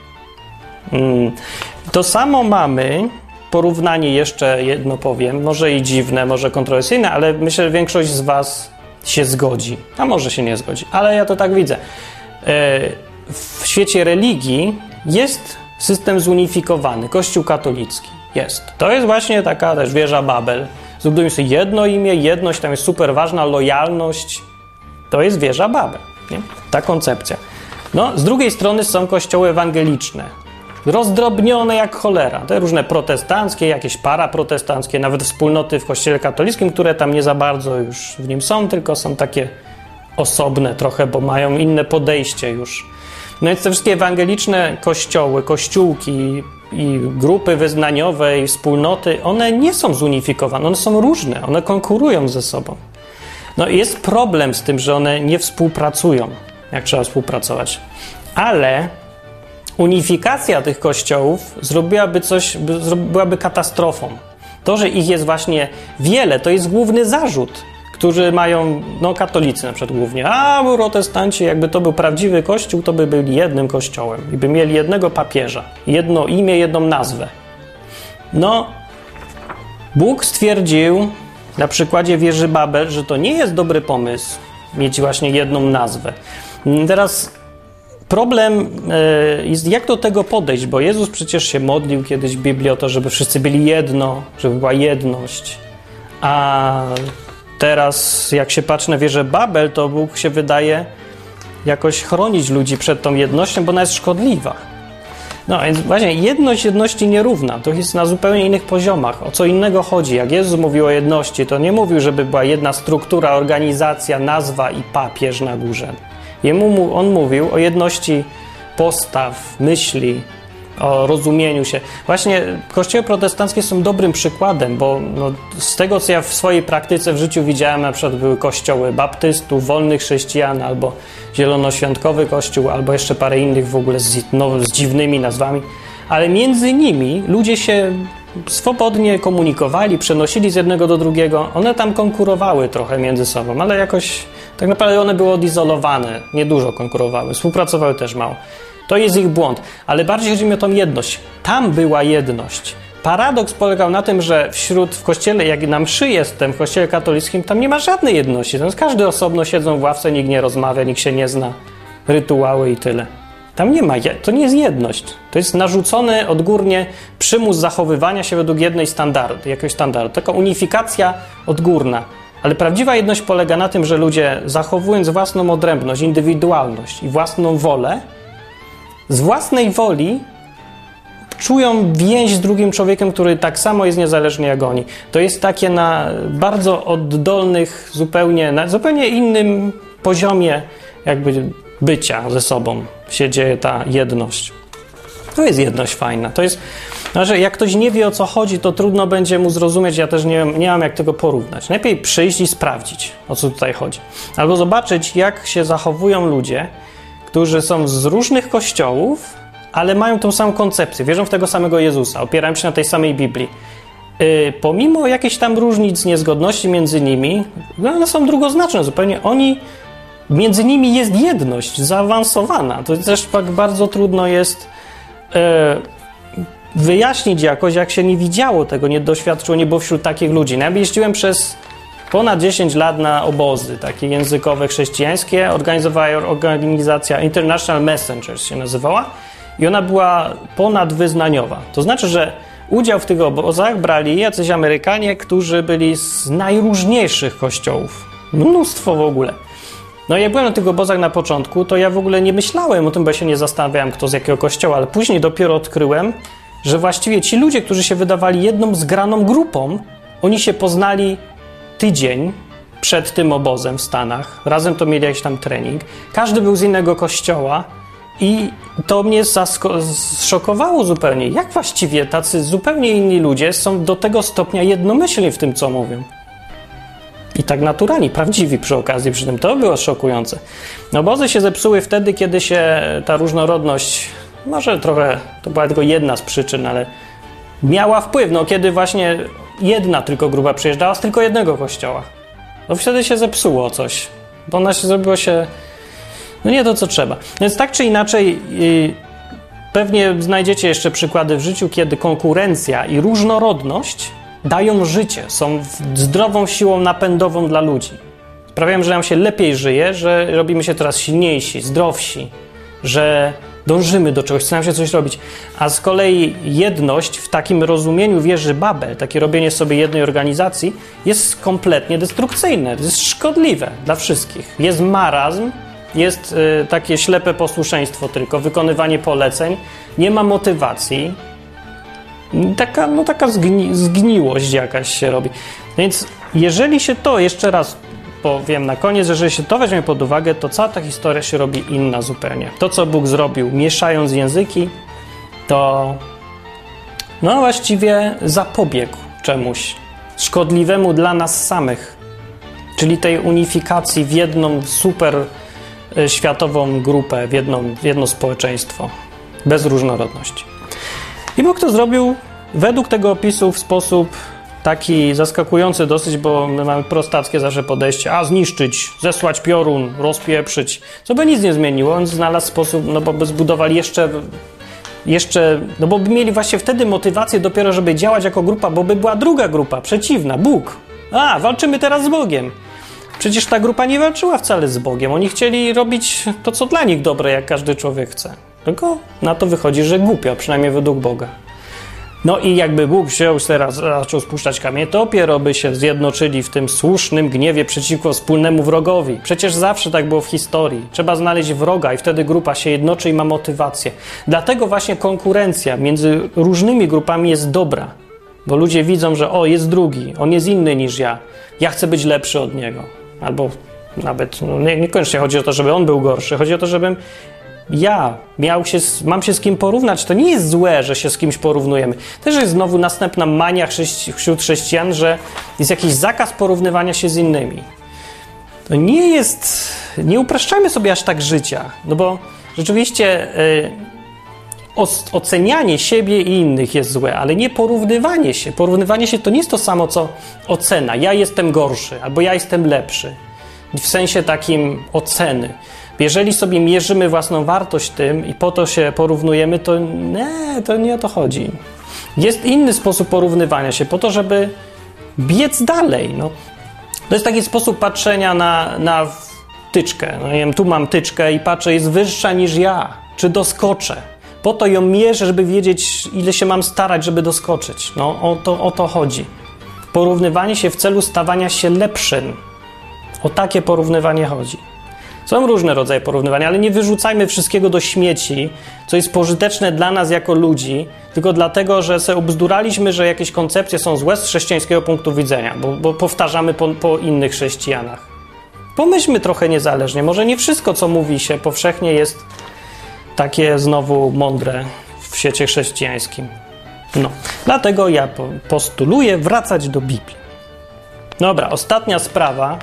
To samo mamy, porównanie jeszcze jedno powiem, może i dziwne, może kontrowersyjne, ale myślę, że większość z was się zgodzi, a może się nie zgodzi, ale ja to tak widzę. W świecie religii jest system zunifikowany, Kościół katolicki jest. To jest właśnie taka też wieża Babel. Zbudujmy sobie jedno imię, jedność, tam jest super ważna, lojalność. To jest wieża Babel, nie? Ta koncepcja. No, z drugiej strony są kościoły ewangeliczne, rozdrobnione jak cholera. Te różne protestanckie, jakieś paraprotestanckie, nawet wspólnoty w kościele katolickim, które tam nie za bardzo już w nim są, tylko są takie osobne trochę, bo mają inne podejście już. No więc te wszystkie ewangeliczne kościoły, kościółki i grupy wyznaniowe i wspólnoty, one nie są zunifikowane, one są różne, one konkurują ze sobą. No i jest problem z tym, że one nie współpracują, jak trzeba współpracować. Ale unifikacja tych kościołów byłaby katastrofą. To, że ich jest właśnie wiele, to jest główny zarzut, którzy mają, katolicy na przykład głównie, a protestanci, jakby to był prawdziwy kościół, to by byli jednym kościołem i by mieli jednego papieża, jedno imię, jedną nazwę. No, Bóg stwierdził na przykładzie wieży Babel, że to nie jest dobry pomysł mieć właśnie jedną nazwę. Teraz problem jest, jak do tego podejść, bo Jezus przecież się modlił kiedyś w Biblii o to, żeby wszyscy byli jedno, żeby była jedność, a teraz, jak się patrzy na wieżę Babel, to Bóg się wydaje jakoś chronić ludzi przed tą jednością, bo ona jest szkodliwa. No więc właśnie jedność jedności nierówna. To jest na zupełnie innych poziomach. O co innego chodzi. Jak Jezus mówił o jedności, to nie mówił, żeby była jedna struktura, organizacja, nazwa i papież na górze. On mówił o jedności postaw, myśli, o rozumieniu się. Właśnie kościoły protestanckie są dobrym przykładem, bo z tego, co ja w swojej praktyce w życiu widziałem, na przykład były kościoły baptystów, wolnych chrześcijan, albo zielonoświątkowy kościół, albo jeszcze parę innych w ogóle z dziwnymi nazwami, ale między nimi ludzie się swobodnie komunikowali, przenosili z jednego do drugiego. One tam konkurowały trochę między sobą, ale jakoś tak naprawdę one były odizolowane, niedużo konkurowały, współpracowały też mało. To jest ich błąd, ale bardziej chodzi mi o tą jedność. Tam była jedność. Paradoks polegał na tym, że w kościele, jak na mszy jestem, w kościele katolickim, tam nie ma żadnej jedności. Tam każdy osobno siedzą w ławce, nikt nie rozmawia, nikt się nie zna. Rytuały i tyle. Tam nie ma, to nie jest jedność. To jest narzucony odgórnie przymus zachowywania się według jakiegoś standardu. Taka unifikacja odgórna. Ale prawdziwa jedność polega na tym, że ludzie, zachowując własną odrębność, indywidualność i własną wolę, z własnej woli czują więź z drugim człowiekiem, który tak samo jest niezależny jak oni. To jest takie na bardzo oddolnych, na zupełnie innym poziomie jakby bycia ze sobą się dzieje ta jedność. To jest jedność fajna. To jest, jak ktoś nie wie, o co chodzi, to trudno będzie mu zrozumieć. Ja też nie mam jak tego porównać. Lepiej przyjść i sprawdzić, o co tutaj chodzi. Albo zobaczyć, jak się zachowują ludzie, którzy są z różnych kościołów ale mają tą samą koncepcję, wierzą w tego samego Jezusa, opierają się na tej samej Biblii. Pomimo jakichś tam różnic, niezgodności między nimi, one są drugoznaczne zupełnie. Między nimi jest jedność zaawansowana. To też tak bardzo trudno jest wyjaśnić jakoś, jak się nie widziało tego, nie doświadczyło, nie było wśród takich ludzi. No, ja jeździłem przez ponad 10 lat na obozy takie językowe, chrześcijańskie. Organizowała organizacja International Messengers się nazywała i ona była ponadwyznaniowa. To znaczy, że udział w tych obozach brali jacyś Amerykanie, którzy byli z najróżniejszych kościołów. Mnóstwo w ogóle. No jak byłem na tych obozach na początku, to ja w ogóle nie myślałem o tym, bo ja się nie zastanawiałem, kto z jakiego kościoła, ale później dopiero odkryłem, że właściwie ci ludzie, którzy się wydawali jedną zgraną grupą, oni się poznali tydzień przed tym obozem w Stanach. Razem to mieli jakiś tam trening. Każdy był z innego kościoła i to mnie zszokowało zupełnie. Jak właściwie tacy zupełnie inni ludzie są do tego stopnia jednomyślni w tym, co mówią? I tak naturalni, prawdziwi przy okazji, przy tym to było szokujące. Obozy się zepsuły wtedy, kiedy się ta różnorodność, może trochę, to była tylko jedna z przyczyn, ale miała wpływ, kiedy właśnie jedna tylko grupa przyjeżdżała z tylko jednego kościoła. No wtedy się zepsuło coś, bo ona się zrobiło się, nie to, co trzeba. Więc tak czy inaczej, pewnie znajdziecie jeszcze przykłady w życiu, kiedy konkurencja i różnorodność dają życie, są zdrową siłą napędową dla ludzi. Sprawiają, że nam się lepiej żyje, że robimy się coraz silniejsi, zdrowsi, że dążymy do czegoś, chce nam się coś robić. A z kolei jedność w takim rozumieniu wieży Babel, takie robienie sobie jednej organizacji, jest kompletnie destrukcyjne, jest szkodliwe dla wszystkich. Jest marazm, jest takie ślepe posłuszeństwo tylko, wykonywanie poleceń, nie ma motywacji, taka zgniłość jakaś się robi. Więc jeżeli się to, jeszcze raz powiem na koniec, jeżeli się to weźmie pod uwagę, to cała ta historia się robi inna zupełnie. To, co Bóg zrobił, mieszając języki, to właściwie zapobiegł czemuś szkodliwemu dla nas samych, czyli tej unifikacji w jedną super światową grupę, w jedno społeczeństwo, bez różnorodności. I Bóg to zrobił według tego opisu w sposób taki zaskakujący dosyć, bo my mamy prostackie zawsze podejście, zniszczyć, zesłać piorun, rozpieprzyć, co by nic nie zmieniło. On znalazł sposób, bo by zbudowali jeszcze, bo by mieli właśnie wtedy motywację dopiero, żeby działać jako grupa, bo by była druga grupa, przeciwna, Bóg. Walczymy teraz z Bogiem. Przecież ta grupa nie walczyła wcale z Bogiem. Oni chcieli robić to, co dla nich dobre, jak każdy człowiek chce. Tylko na to wychodzi, że głupio, przynajmniej według Boga. I jakby Bóg wziął teraz, zaczął spuszczać kamienie, to dopiero by się zjednoczyli w tym słusznym gniewie przeciwko wspólnemu wrogowi. Przecież zawsze tak było w historii. Trzeba znaleźć wroga i wtedy grupa się jednoczy i ma motywację. Dlatego właśnie konkurencja między różnymi grupami jest dobra. Bo ludzie widzą, że jest drugi, on jest inny niż ja. Ja chcę być lepszy od niego. Albo nawet, niekoniecznie chodzi o to, żeby on był gorszy. Chodzi o to, żebym mam się z kim porównać. To nie jest złe, że się z kimś porównujemy. Też jest znowu następna mania wśród chrześcijan, że jest jakiś zakaz porównywania się z innymi. To nie upraszczajmy sobie aż tak życia, bo rzeczywiście ocenianie siebie i innych jest złe, ale nie porównywanie się. Porównywanie się to nie jest to samo, co ocena. Ja jestem gorszy, albo ja jestem lepszy. W sensie takim oceny. Jeżeli sobie mierzymy własną wartość tym i po to się porównujemy, to nie o to chodzi. Jest inny sposób porównywania się, po to, żeby biec dalej. To jest taki sposób patrzenia na tyczkę. Tu mam tyczkę i patrzę, jest wyższa niż ja. Czy doskoczę? Po to ją mierzę, żeby wiedzieć, ile się mam starać, żeby doskoczyć. O to chodzi. Porównywanie się w celu stawania się lepszym. O takie porównywanie chodzi. Są różne rodzaje porównywania, ale nie wyrzucajmy wszystkiego do śmieci, co jest pożyteczne dla nas jako ludzi, tylko dlatego, że sobie obzduraliśmy, że jakieś koncepcje są złe z chrześcijańskiego punktu widzenia, bo powtarzamy po innych chrześcijanach. Pomyślmy trochę niezależnie. Może nie wszystko, co mówi się powszechnie, jest takie znowu mądre w świecie chrześcijańskim. Dlatego ja postuluję wracać do Biblii. Dobra, ostatnia sprawa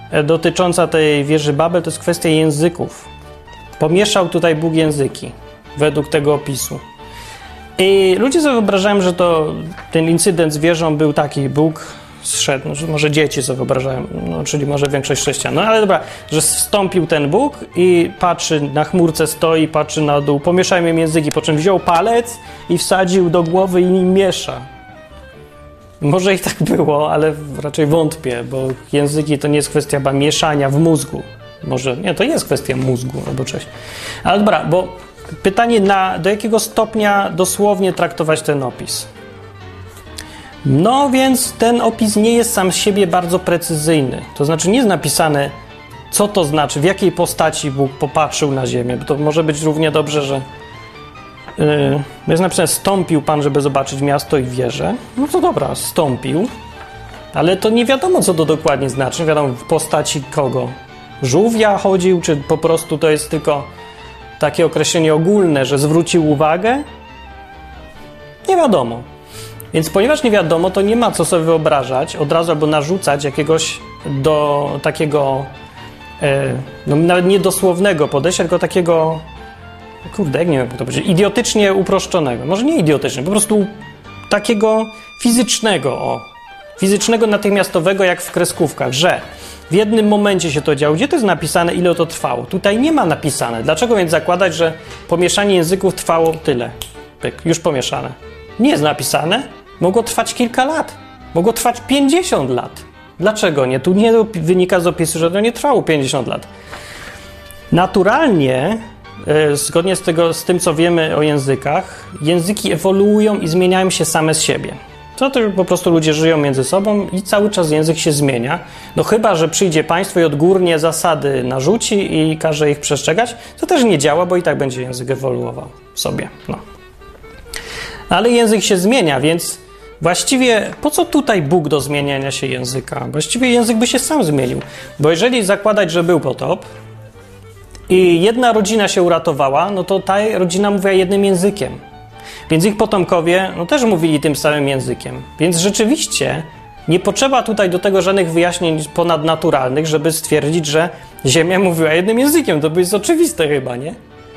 dotycząca tej wieży Babel to jest kwestia języków. Pomieszał tutaj Bóg języki. według tego opisu. I ludzie sobie wyobrażają, że ten incydent z wieżą był taki, Bóg zszedł, może dzieci sobie wyobrażają, czyli może większość chrześcijan, ale dobra, że wstąpił ten Bóg i patrzy, na chmurce stoi, patrzy na dół, pomieszajmy im języki, po czym wziął palec i wsadził do głowy i nim miesza. Może i tak było, ale raczej wątpię, bo języki to nie jest kwestia chyba mieszania w mózgu. Może, nie, to jest kwestia mózgu albo czegoś. Ale dobra, bo pytanie, do jakiego stopnia dosłownie traktować ten opis? No więc ten opis nie jest sam z siebie bardzo precyzyjny. To znaczy nie jest napisane, co to znaczy, w jakiej postaci Bóg popatrzył na ziemię. Bo to może być równie dobrze, że jest napisane, stąpił Pan, żeby zobaczyć miasto i wieżę. No to dobra, stąpił. Ale to nie wiadomo, co to dokładnie znaczy. Nie wiadomo, w postaci kogo. Żółwia chodził, czy po prostu to jest tylko takie określenie ogólne, że zwrócił uwagę? Nie wiadomo. Więc ponieważ nie wiadomo, to nie ma co sobie wyobrażać od razu albo narzucać jakiegoś do takiego nawet niedosłownego podejścia, tylko takiego, kurde, jak nie wiem jak to powiedzieć, idiotycznie uproszczonego. Może nie idiotycznie, po prostu takiego fizycznego, natychmiastowego, jak w kreskówkach, że w jednym momencie się to działo. Gdzie to jest napisane, ile to trwało? Tutaj nie ma napisane. Dlaczego więc zakładać, że pomieszanie języków trwało tyle? Pyk, już pomieszane. Nie jest napisane. Mogło trwać kilka lat. Mogło trwać 50 lat. Dlaczego nie? Tu nie wynika z opisu, że to nie trwało 50 lat. Naturalnie, zgodnie z tym, co wiemy o językach, języki ewoluują i zmieniają się same z siebie. To po prostu ludzie żyją między sobą i cały czas język się zmienia. No chyba, że przyjdzie państwo i odgórnie zasady narzuci i każe ich przestrzegać, to też nie działa, bo i tak będzie język ewoluował sobie. No. Ale język się zmienia, więc właściwie po co tutaj Bóg do zmieniania się języka? Właściwie język by się sam zmienił. Bo jeżeli zakładać, że był potop i jedna rodzina się uratowała, no to ta rodzina mówiła jednym językiem. Więc ich potomkowie też mówili tym samym językiem. Więc rzeczywiście nie potrzeba tutaj do tego żadnych wyjaśnień ponadnaturalnych, żeby stwierdzić, że Ziemia mówiła jednym językiem. To by jest oczywiste chyba, nie?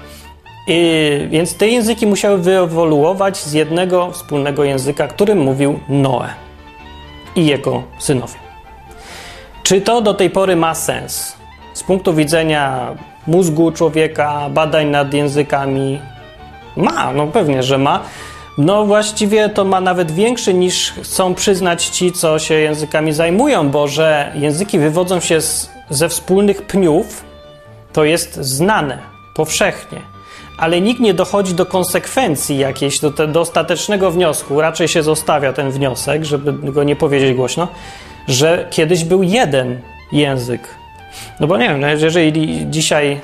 Więc te języki musiały wyewoluować z jednego wspólnego języka, którym mówił Noe i jego synowie. Czy to do tej pory ma sens? Z punktu widzenia mózgu człowieka, badań nad językami, ma, no pewnie, że ma. No właściwie to ma nawet większy niż chcą przyznać ci, co się językami zajmują, bo że języki wywodzą się ze wspólnych pniów, to jest znane powszechnie. Ale nikt nie dochodzi do konsekwencji jakiejś, do ostatecznego wniosku, raczej się zostawia ten wniosek, żeby go nie powiedzieć głośno, że kiedyś był jeden język. No bo nie wiem, jeżeli dzisiaj,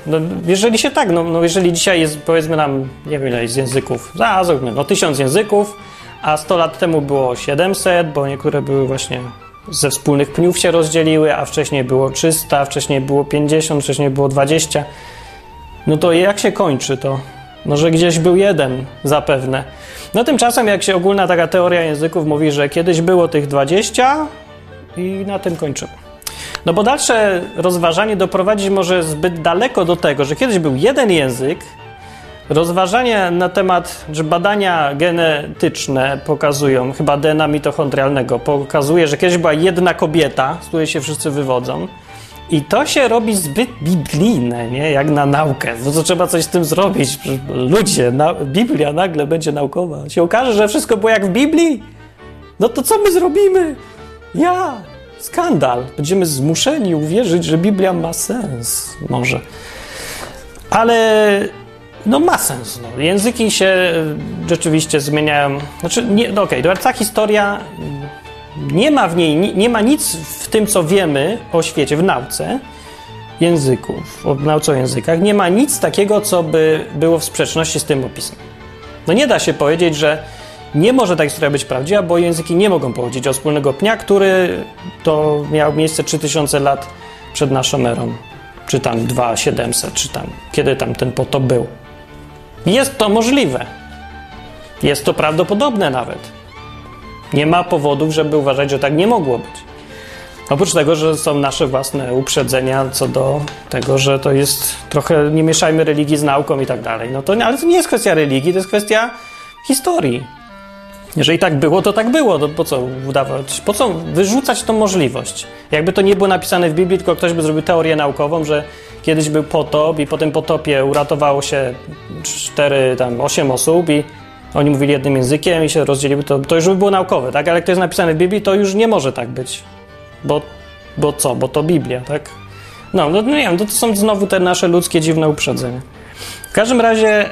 jeżeli dzisiaj jest, powiedzmy nam, nie wiem ile jest języków, załóżmy, 1000 języków, a 100 lat temu było 700, bo niektóre były właśnie ze wspólnych pniów się rozdzieliły, a wcześniej było 300, wcześniej było 50, wcześniej było 20. No to jak się kończy to? No, że gdzieś był jeden zapewne. No tymczasem jak się ogólna taka teoria języków mówi, że kiedyś było tych 20 i na tym kończymy. No bo dalsze rozważanie doprowadzić może zbyt daleko do tego, że kiedyś był jeden język. Rozważania na temat, że badania genetyczne pokazują, chyba DNA mitochondrialnego, pokazuje, że kiedyś była jedna kobieta, z której się wszyscy wywodzą. I to się robi zbyt biblijne, nie? Jak na naukę. No to trzeba coś z tym zrobić. Ludzie, Biblia nagle będzie naukowa. Się okaże, że wszystko było jak w Biblii? No to co my zrobimy? Skandal. Będziemy zmuszeni uwierzyć, że Biblia ma sens. Może. Ale ma sens. No. Języki się rzeczywiście zmieniają. Znaczy, ta historia... Nie ma nic w tym, co wiemy o świecie, w nauce języków, w nauce o językach, nie ma nic takiego, co by było w sprzeczności z tym opisem. No nie da się powiedzieć, że nie może ta historia być prawdziwa, bo języki nie mogą pochodzić od wspólnego pnia, który to miał miejsce 3000 lat przed naszą erą, czy tam 2700, czy tam, kiedy tam ten potop był. Jest to możliwe. Jest to prawdopodobne nawet. Nie ma powodów, żeby uważać, że tak nie mogło być. Oprócz tego, że są nasze własne uprzedzenia co do tego, że to jest trochę, nie mieszajmy religii z nauką i tak dalej. No to, ale to nie jest kwestia religii, to jest kwestia historii. Jeżeli tak było, to tak było. To po co udawać? Po co wyrzucać tą możliwość? Jakby to nie było napisane w Biblii, tylko ktoś by zrobił teorię naukową, że kiedyś był potop i po tym potopie uratowało się 8 osób i oni mówili jednym językiem i się rozdzieliły, to już by było naukowe, tak? Ale jak to jest napisane w Biblii, to już nie może tak być. Bo co? Bo to Biblia, tak? No nie wiem, to są znowu te nasze ludzkie dziwne uprzedzenia. W każdym razie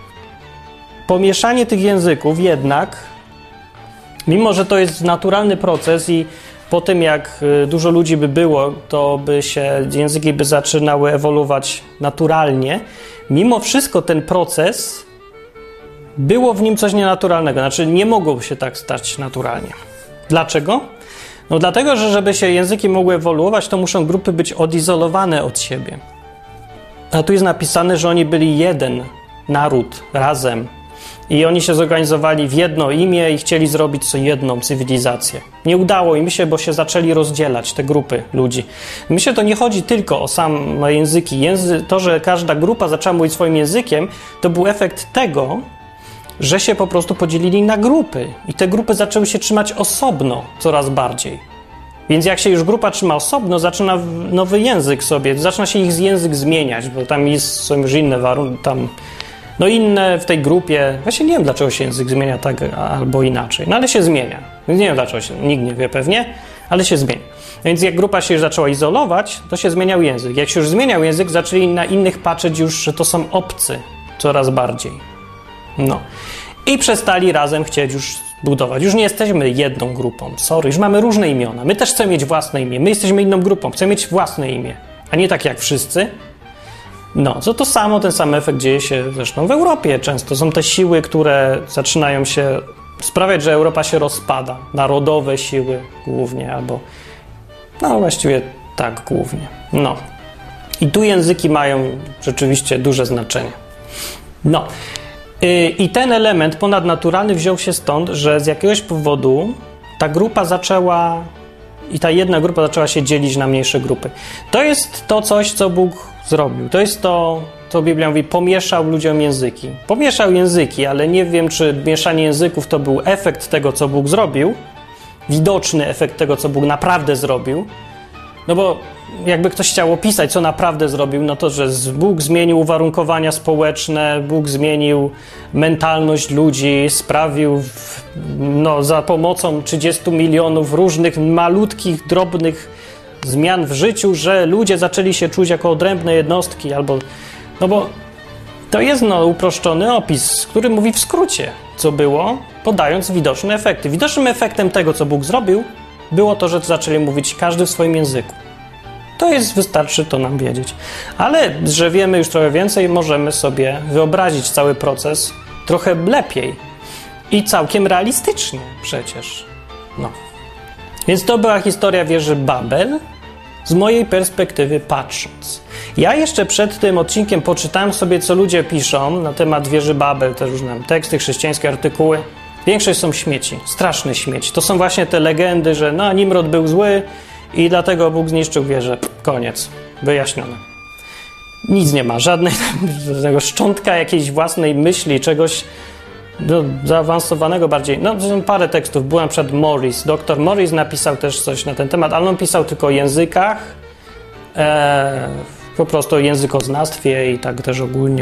pomieszanie tych języków jednak, mimo że to jest naturalny proces i po tym jak dużo ludzi by było, to by się języki by zaczynały ewoluować naturalnie, mimo wszystko ten proces było w nim coś nienaturalnego, znaczy nie mogło się tak stać naturalnie. Dlaczego? No dlatego, że żeby się języki mogły ewoluować, to muszą grupy być odizolowane od siebie. A tu jest napisane, że oni byli jeden naród razem i oni się zorganizowali w jedno imię i chcieli zrobić sobie jedną cywilizację. Nie udało im się, bo się zaczęli rozdzielać te grupy ludzi. Myślę, że to nie chodzi tylko o same języki. To, że każda grupa zaczęła mówić swoim językiem, to był efekt tego, że się po prostu podzielili na grupy i te grupy zaczęły się trzymać osobno coraz bardziej. Więc jak się już grupa trzyma osobno, zaczyna nowy język sobie, zaczyna się ich język zmieniać, bo tam są już inne warunki, inne w tej grupie. Właśnie nie wiem, dlaczego się język zmienia tak albo inaczej, ale się zmienia. Nie wiem, dlaczego nikt nie wie pewnie, ale się zmienia. Więc jak grupa się już zaczęła izolować, to się zmieniał język. Jak się już zmieniał język, zaczęli na innych patrzeć już, że to są obcy coraz bardziej. I przestali razem chcieć już budować. Już nie jesteśmy jedną grupą. Sorry, już mamy różne imiona. My też chcemy mieć własne imię. My jesteśmy inną grupą. Chcemy mieć własne imię, a nie tak jak wszyscy. To samo, ten sam efekt dzieje się zresztą w Europie. Często są te siły, które zaczynają się sprawiać, że Europa się rozpada. Narodowe siły głównie, albo właściwie tak głównie. I tu języki mają rzeczywiście duże znaczenie. I ten element ponadnaturalny wziął się stąd, że z jakiegoś powodu ta grupa zaczęła i ta jedna grupa zaczęła się dzielić na mniejsze grupy. To jest to coś, co Bóg zrobił. To jest to, co Biblia mówi, pomieszał ludziom języki. Pomieszał języki, ale nie wiem, czy mieszanie języków to był efekt tego, co Bóg zrobił, widoczny efekt tego, co Bóg naprawdę zrobił. Bo jakby ktoś chciał opisać, co naprawdę zrobił, to, że Bóg zmienił uwarunkowania społeczne, Bóg zmienił mentalność ludzi, sprawił za pomocą 30 milionów różnych malutkich, drobnych zmian w życiu, że ludzie zaczęli się czuć jako odrębne jednostki, bo to jest uproszczony opis, który mówi w skrócie, co było, podając widoczne efekty. Widocznym efektem tego, co Bóg zrobił, było to, że zaczęli mówić każdy w swoim języku. Wystarczy to nam wiedzieć. Ale, że wiemy już trochę więcej, możemy sobie wyobrazić cały proces trochę lepiej i całkiem realistycznie przecież. Więc to była historia wieży Babel, z mojej perspektywy patrząc. Ja jeszcze przed tym odcinkiem poczytałem sobie, co ludzie piszą na temat wieży Babel, te różne teksty, chrześcijańskie artykuły. Większość są śmieci, straszne śmieci. To są właśnie te legendy, że Nimrod był zły i dlatego Bóg zniszczył wieżę. Wyjaśnione. Nic nie ma, żadnego szczątka jakiejś własnej myśli, czegoś zaawansowanego bardziej. Parę tekstów. Był na przykład Morris. Dr Morris napisał też coś na ten temat, ale on pisał tylko o językach, po prostu o językoznawstwie i tak też ogólnie.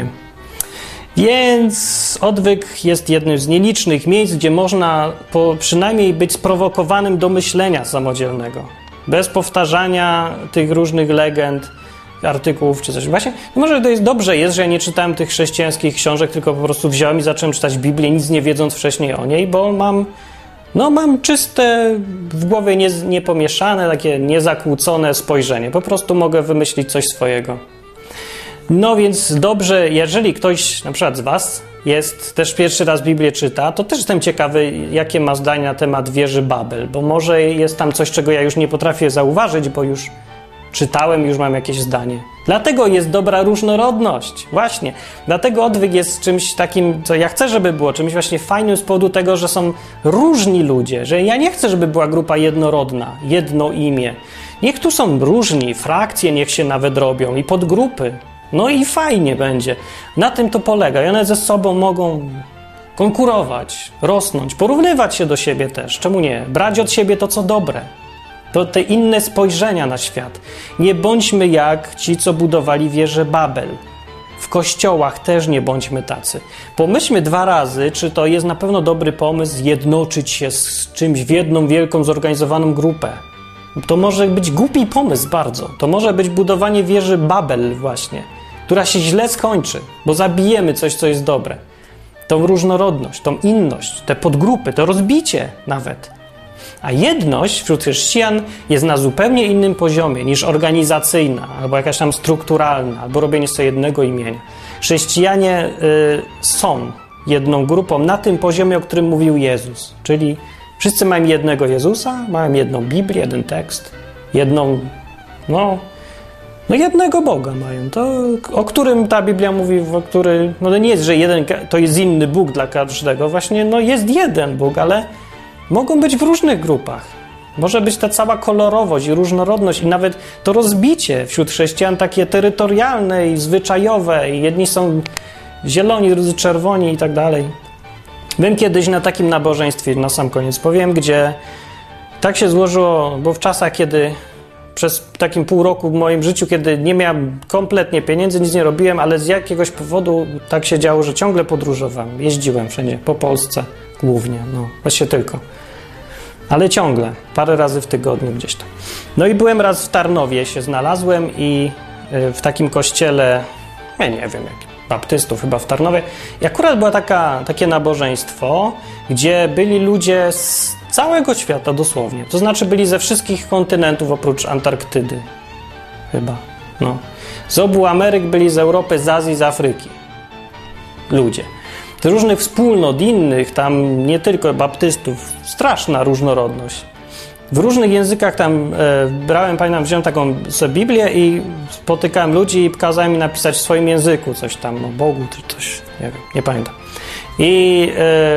Więc odwyk jest jednym z nielicznych miejsc, gdzie można przynajmniej być sprowokowanym do myślenia samodzielnego. Bez powtarzania tych różnych legend, artykułów czy coś. Właśnie, może to jest dobrze, że ja nie czytałem tych chrześcijańskich książek, tylko po prostu wziąłem i zacząłem czytać Biblię, nic nie wiedząc wcześniej o niej, bo mam czyste, w głowie niepomieszane, takie niezakłócone spojrzenie. Po prostu mogę wymyślić coś swojego. Więc dobrze, jeżeli ktoś na przykład z was jest też pierwszy raz Biblię czyta, to też jestem ciekawy, jakie ma zdanie na temat wieży Babel, bo może jest tam coś, czego ja już nie potrafię zauważyć, bo już czytałem i już mam jakieś zdanie. Dlatego jest dobra różnorodność. Właśnie. Dlatego odwyk jest czymś takim, co ja chcę, żeby było, czymś właśnie fajnym z powodu tego, że są różni ludzie, że ja nie chcę, żeby była grupa jednorodna, jedno imię. Niech tu są różni, frakcje niech się nawet robią i podgrupy. No i fajnie będzie. Na tym to polega. I one ze sobą mogą konkurować, rosnąć, porównywać się do siebie też. Czemu nie? Brać od siebie to, co dobre. To te inne spojrzenia na świat. Nie bądźmy jak ci, co budowali wieżę Babel. W kościołach też nie bądźmy tacy. Pomyślmy 2 razy, czy to jest na pewno dobry pomysł zjednoczyć się z czymś w jedną wielką, zorganizowaną grupę. To może być głupi pomysł bardzo. To może być budowanie wieży Babel właśnie, która się źle skończy, bo zabijemy coś, co jest dobre. Tą różnorodność, tą inność, te podgrupy, to rozbicie nawet. A jedność wśród chrześcijan jest na zupełnie innym poziomie niż organizacyjna, albo jakaś tam strukturalna, albo robienie sobie jednego imienia. Chrześcijanie są jedną grupą na tym poziomie, o którym mówił Jezus. Czyli wszyscy mają jednego Jezusa, mają jedną Biblię, jeden tekst, jedną, jednego Boga mają. To, o którym ta Biblia mówi, no to nie jest, że jeden to jest inny Bóg dla każdego. Właśnie jest jeden Bóg, ale mogą być w różnych grupach. Może być ta cała kolorowość i różnorodność i nawet to rozbicie wśród chrześcijan takie terytorialne i zwyczajowe. I jedni są zieloni, drudzy czerwoni i tak dalej. Byłem kiedyś na takim nabożeństwie, na sam koniec powiem, gdzie tak się złożyło, bo w czasach, kiedy przez takim pół roku w moim życiu, kiedy nie miałem kompletnie pieniędzy, nic nie robiłem, ale z jakiegoś powodu tak się działo, że ciągle podróżowałem. Jeździłem wszędzie, po Polsce głównie, właściwie tylko. Ale ciągle, parę razy w tygodniu gdzieś tam. No i byłem raz w Tarnowie, się znalazłem i w takim kościele, ja nie wiem jak, baptystów chyba w Tarnowie. I akurat było takie nabożeństwo, gdzie byli ludzie z całego świata dosłownie. To znaczy byli ze wszystkich kontynentów oprócz Antarktydy. Chyba. Z obu Ameryk byli, z Europy, z Azji, z Afryki. Ludzie. Z różnych wspólnot innych, tam nie tylko baptystów, straszna różnorodność. W różnych językach tam wziąłem taką sobie Biblię i spotykałem ludzi i kazałem mi napisać w swoim języku coś tam o Bogu, czy coś, nie wiem, nie pamiętam. I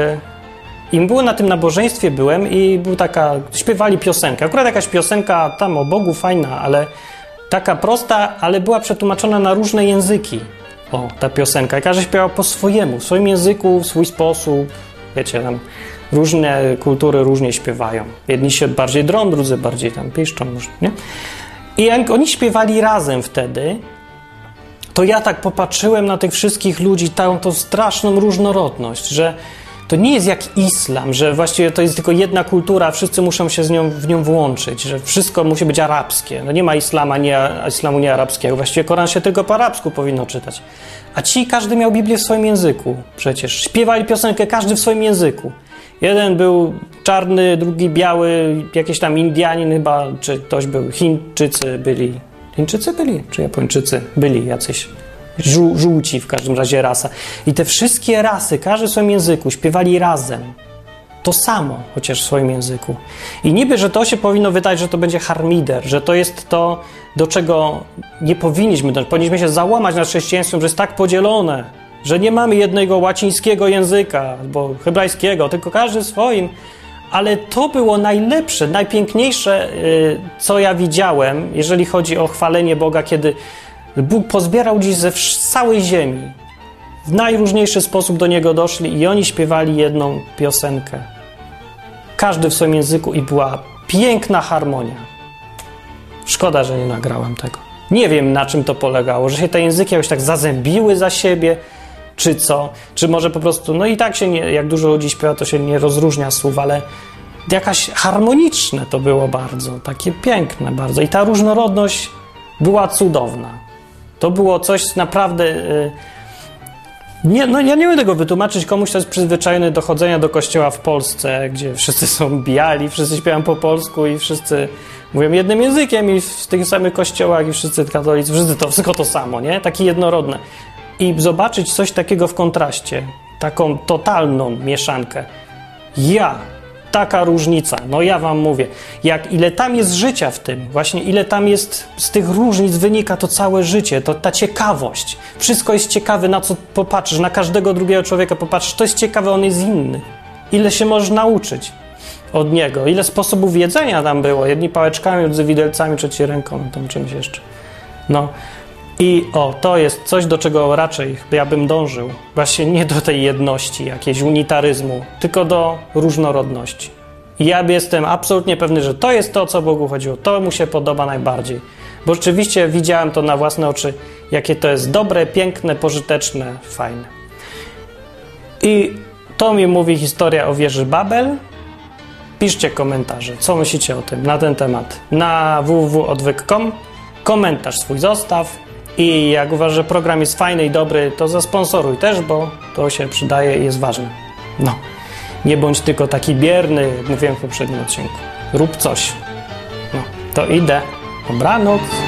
było na tym nabożeństwie byłem i śpiewali piosenkę. Akurat jakaś piosenka tam o Bogu fajna, ale taka prosta, ale była przetłumaczona na różne języki. Ta piosenka. I każdy śpiewał po swojemu, w swoim języku, w swój sposób. Wiecie, tam różne kultury różnie śpiewają. Jedni się bardziej drą, drudzy bardziej tam piszczą, nie? I jak oni śpiewali razem wtedy, to ja tak popatrzyłem na tych wszystkich ludzi, tą straszną różnorodność, że to nie jest jak islam, że właściwie to jest tylko jedna kultura, wszyscy muszą się w nią włączyć, że wszystko musi być arabskie. Nie ma islamu nie arabskiego. Właściwie Koran się tylko po arabsku powinno czytać. A każdy miał Biblię w swoim języku przecież. Śpiewali piosenkę każdy w swoim języku. Jeden był czarny, drugi biały, jakiś tam Indianin chyba, czy ktoś był, Chińczycy byli, czy Japończycy byli jacyś. Żółci w każdym razie rasa. I te wszystkie rasy, każdy w swoim języku, śpiewali razem. To samo, chociaż w swoim języku. I niby, że to się powinno wydać, że to będzie harmider, że to jest to, do czego nie powinniśmy się załamać nad chrześcijaństwem, że jest tak podzielone, że nie mamy jednego łacińskiego języka albo hebrajskiego, tylko każdy swoim. Ale to było najlepsze, najpiękniejsze, co ja widziałem, jeżeli chodzi o chwalenie Boga, kiedy Bóg pozbierał ludzi ze całej ziemi. W najróżniejszy sposób do Niego doszli i oni śpiewali jedną piosenkę. Każdy w swoim języku i była piękna harmonia. Szkoda, że nie nagrałem tego. Nie wiem, na czym to polegało, że się te języki jakoś tak zazębiły za siebie, czy co. Czy może po prostu, i tak się jak dużo ludzi śpiewa, to się nie rozróżnia słów, ale jakaś harmoniczne to było bardzo, takie piękne bardzo. I ta różnorodność była cudowna. To było coś naprawdę... ja nie mogę tego wytłumaczyć komuś, kto jest przyzwyczajony do chodzenia do kościoła w Polsce, gdzie wszyscy są biali, wszyscy śpiewają po polsku i wszyscy mówią jednym językiem i w tych samych kościołach i wszyscy katolicy, wszyscy to wszystko to samo, nie? Takie jednorodne. I zobaczyć coś takiego w kontraście, taką totalną mieszankę. Ja taka różnica. No ja wam mówię, ile tam jest życia w tym, właśnie ile tam jest, z tych różnic wynika to całe życie, to ta ciekawość. Wszystko jest ciekawe, na co popatrzysz, na każdego drugiego człowieka popatrzysz, to jest ciekawe, on jest inny. Ile się możesz nauczyć od niego, ile sposobów jedzenia tam było, jedni pałeczkami, drudzy widelcami, trzeci ręką, tam czymś jeszcze. No. I to jest coś, do czego raczej ja bym dążył. Właśnie nie do tej jedności, jakiejś unitaryzmu, tylko do różnorodności. I ja jestem absolutnie pewny, że to jest to, co Bogu chodziło. To mu się podoba najbardziej. Bo rzeczywiście widziałem to na własne oczy, jakie to jest dobre, piękne, pożyteczne, fajne. I to mi mówi historia o wieży Babel. Piszcie komentarze, co myślicie o tym, na ten temat. Na www.odwyk.com komentarz swój zostaw. I jak uważasz, że program jest fajny i dobry, to zasponsoruj też, bo to się przydaje i jest ważne. No, nie bądź tylko taki bierny, jak mówiłem w poprzednim odcinku. Rób coś. No, to idę. Dobranoc.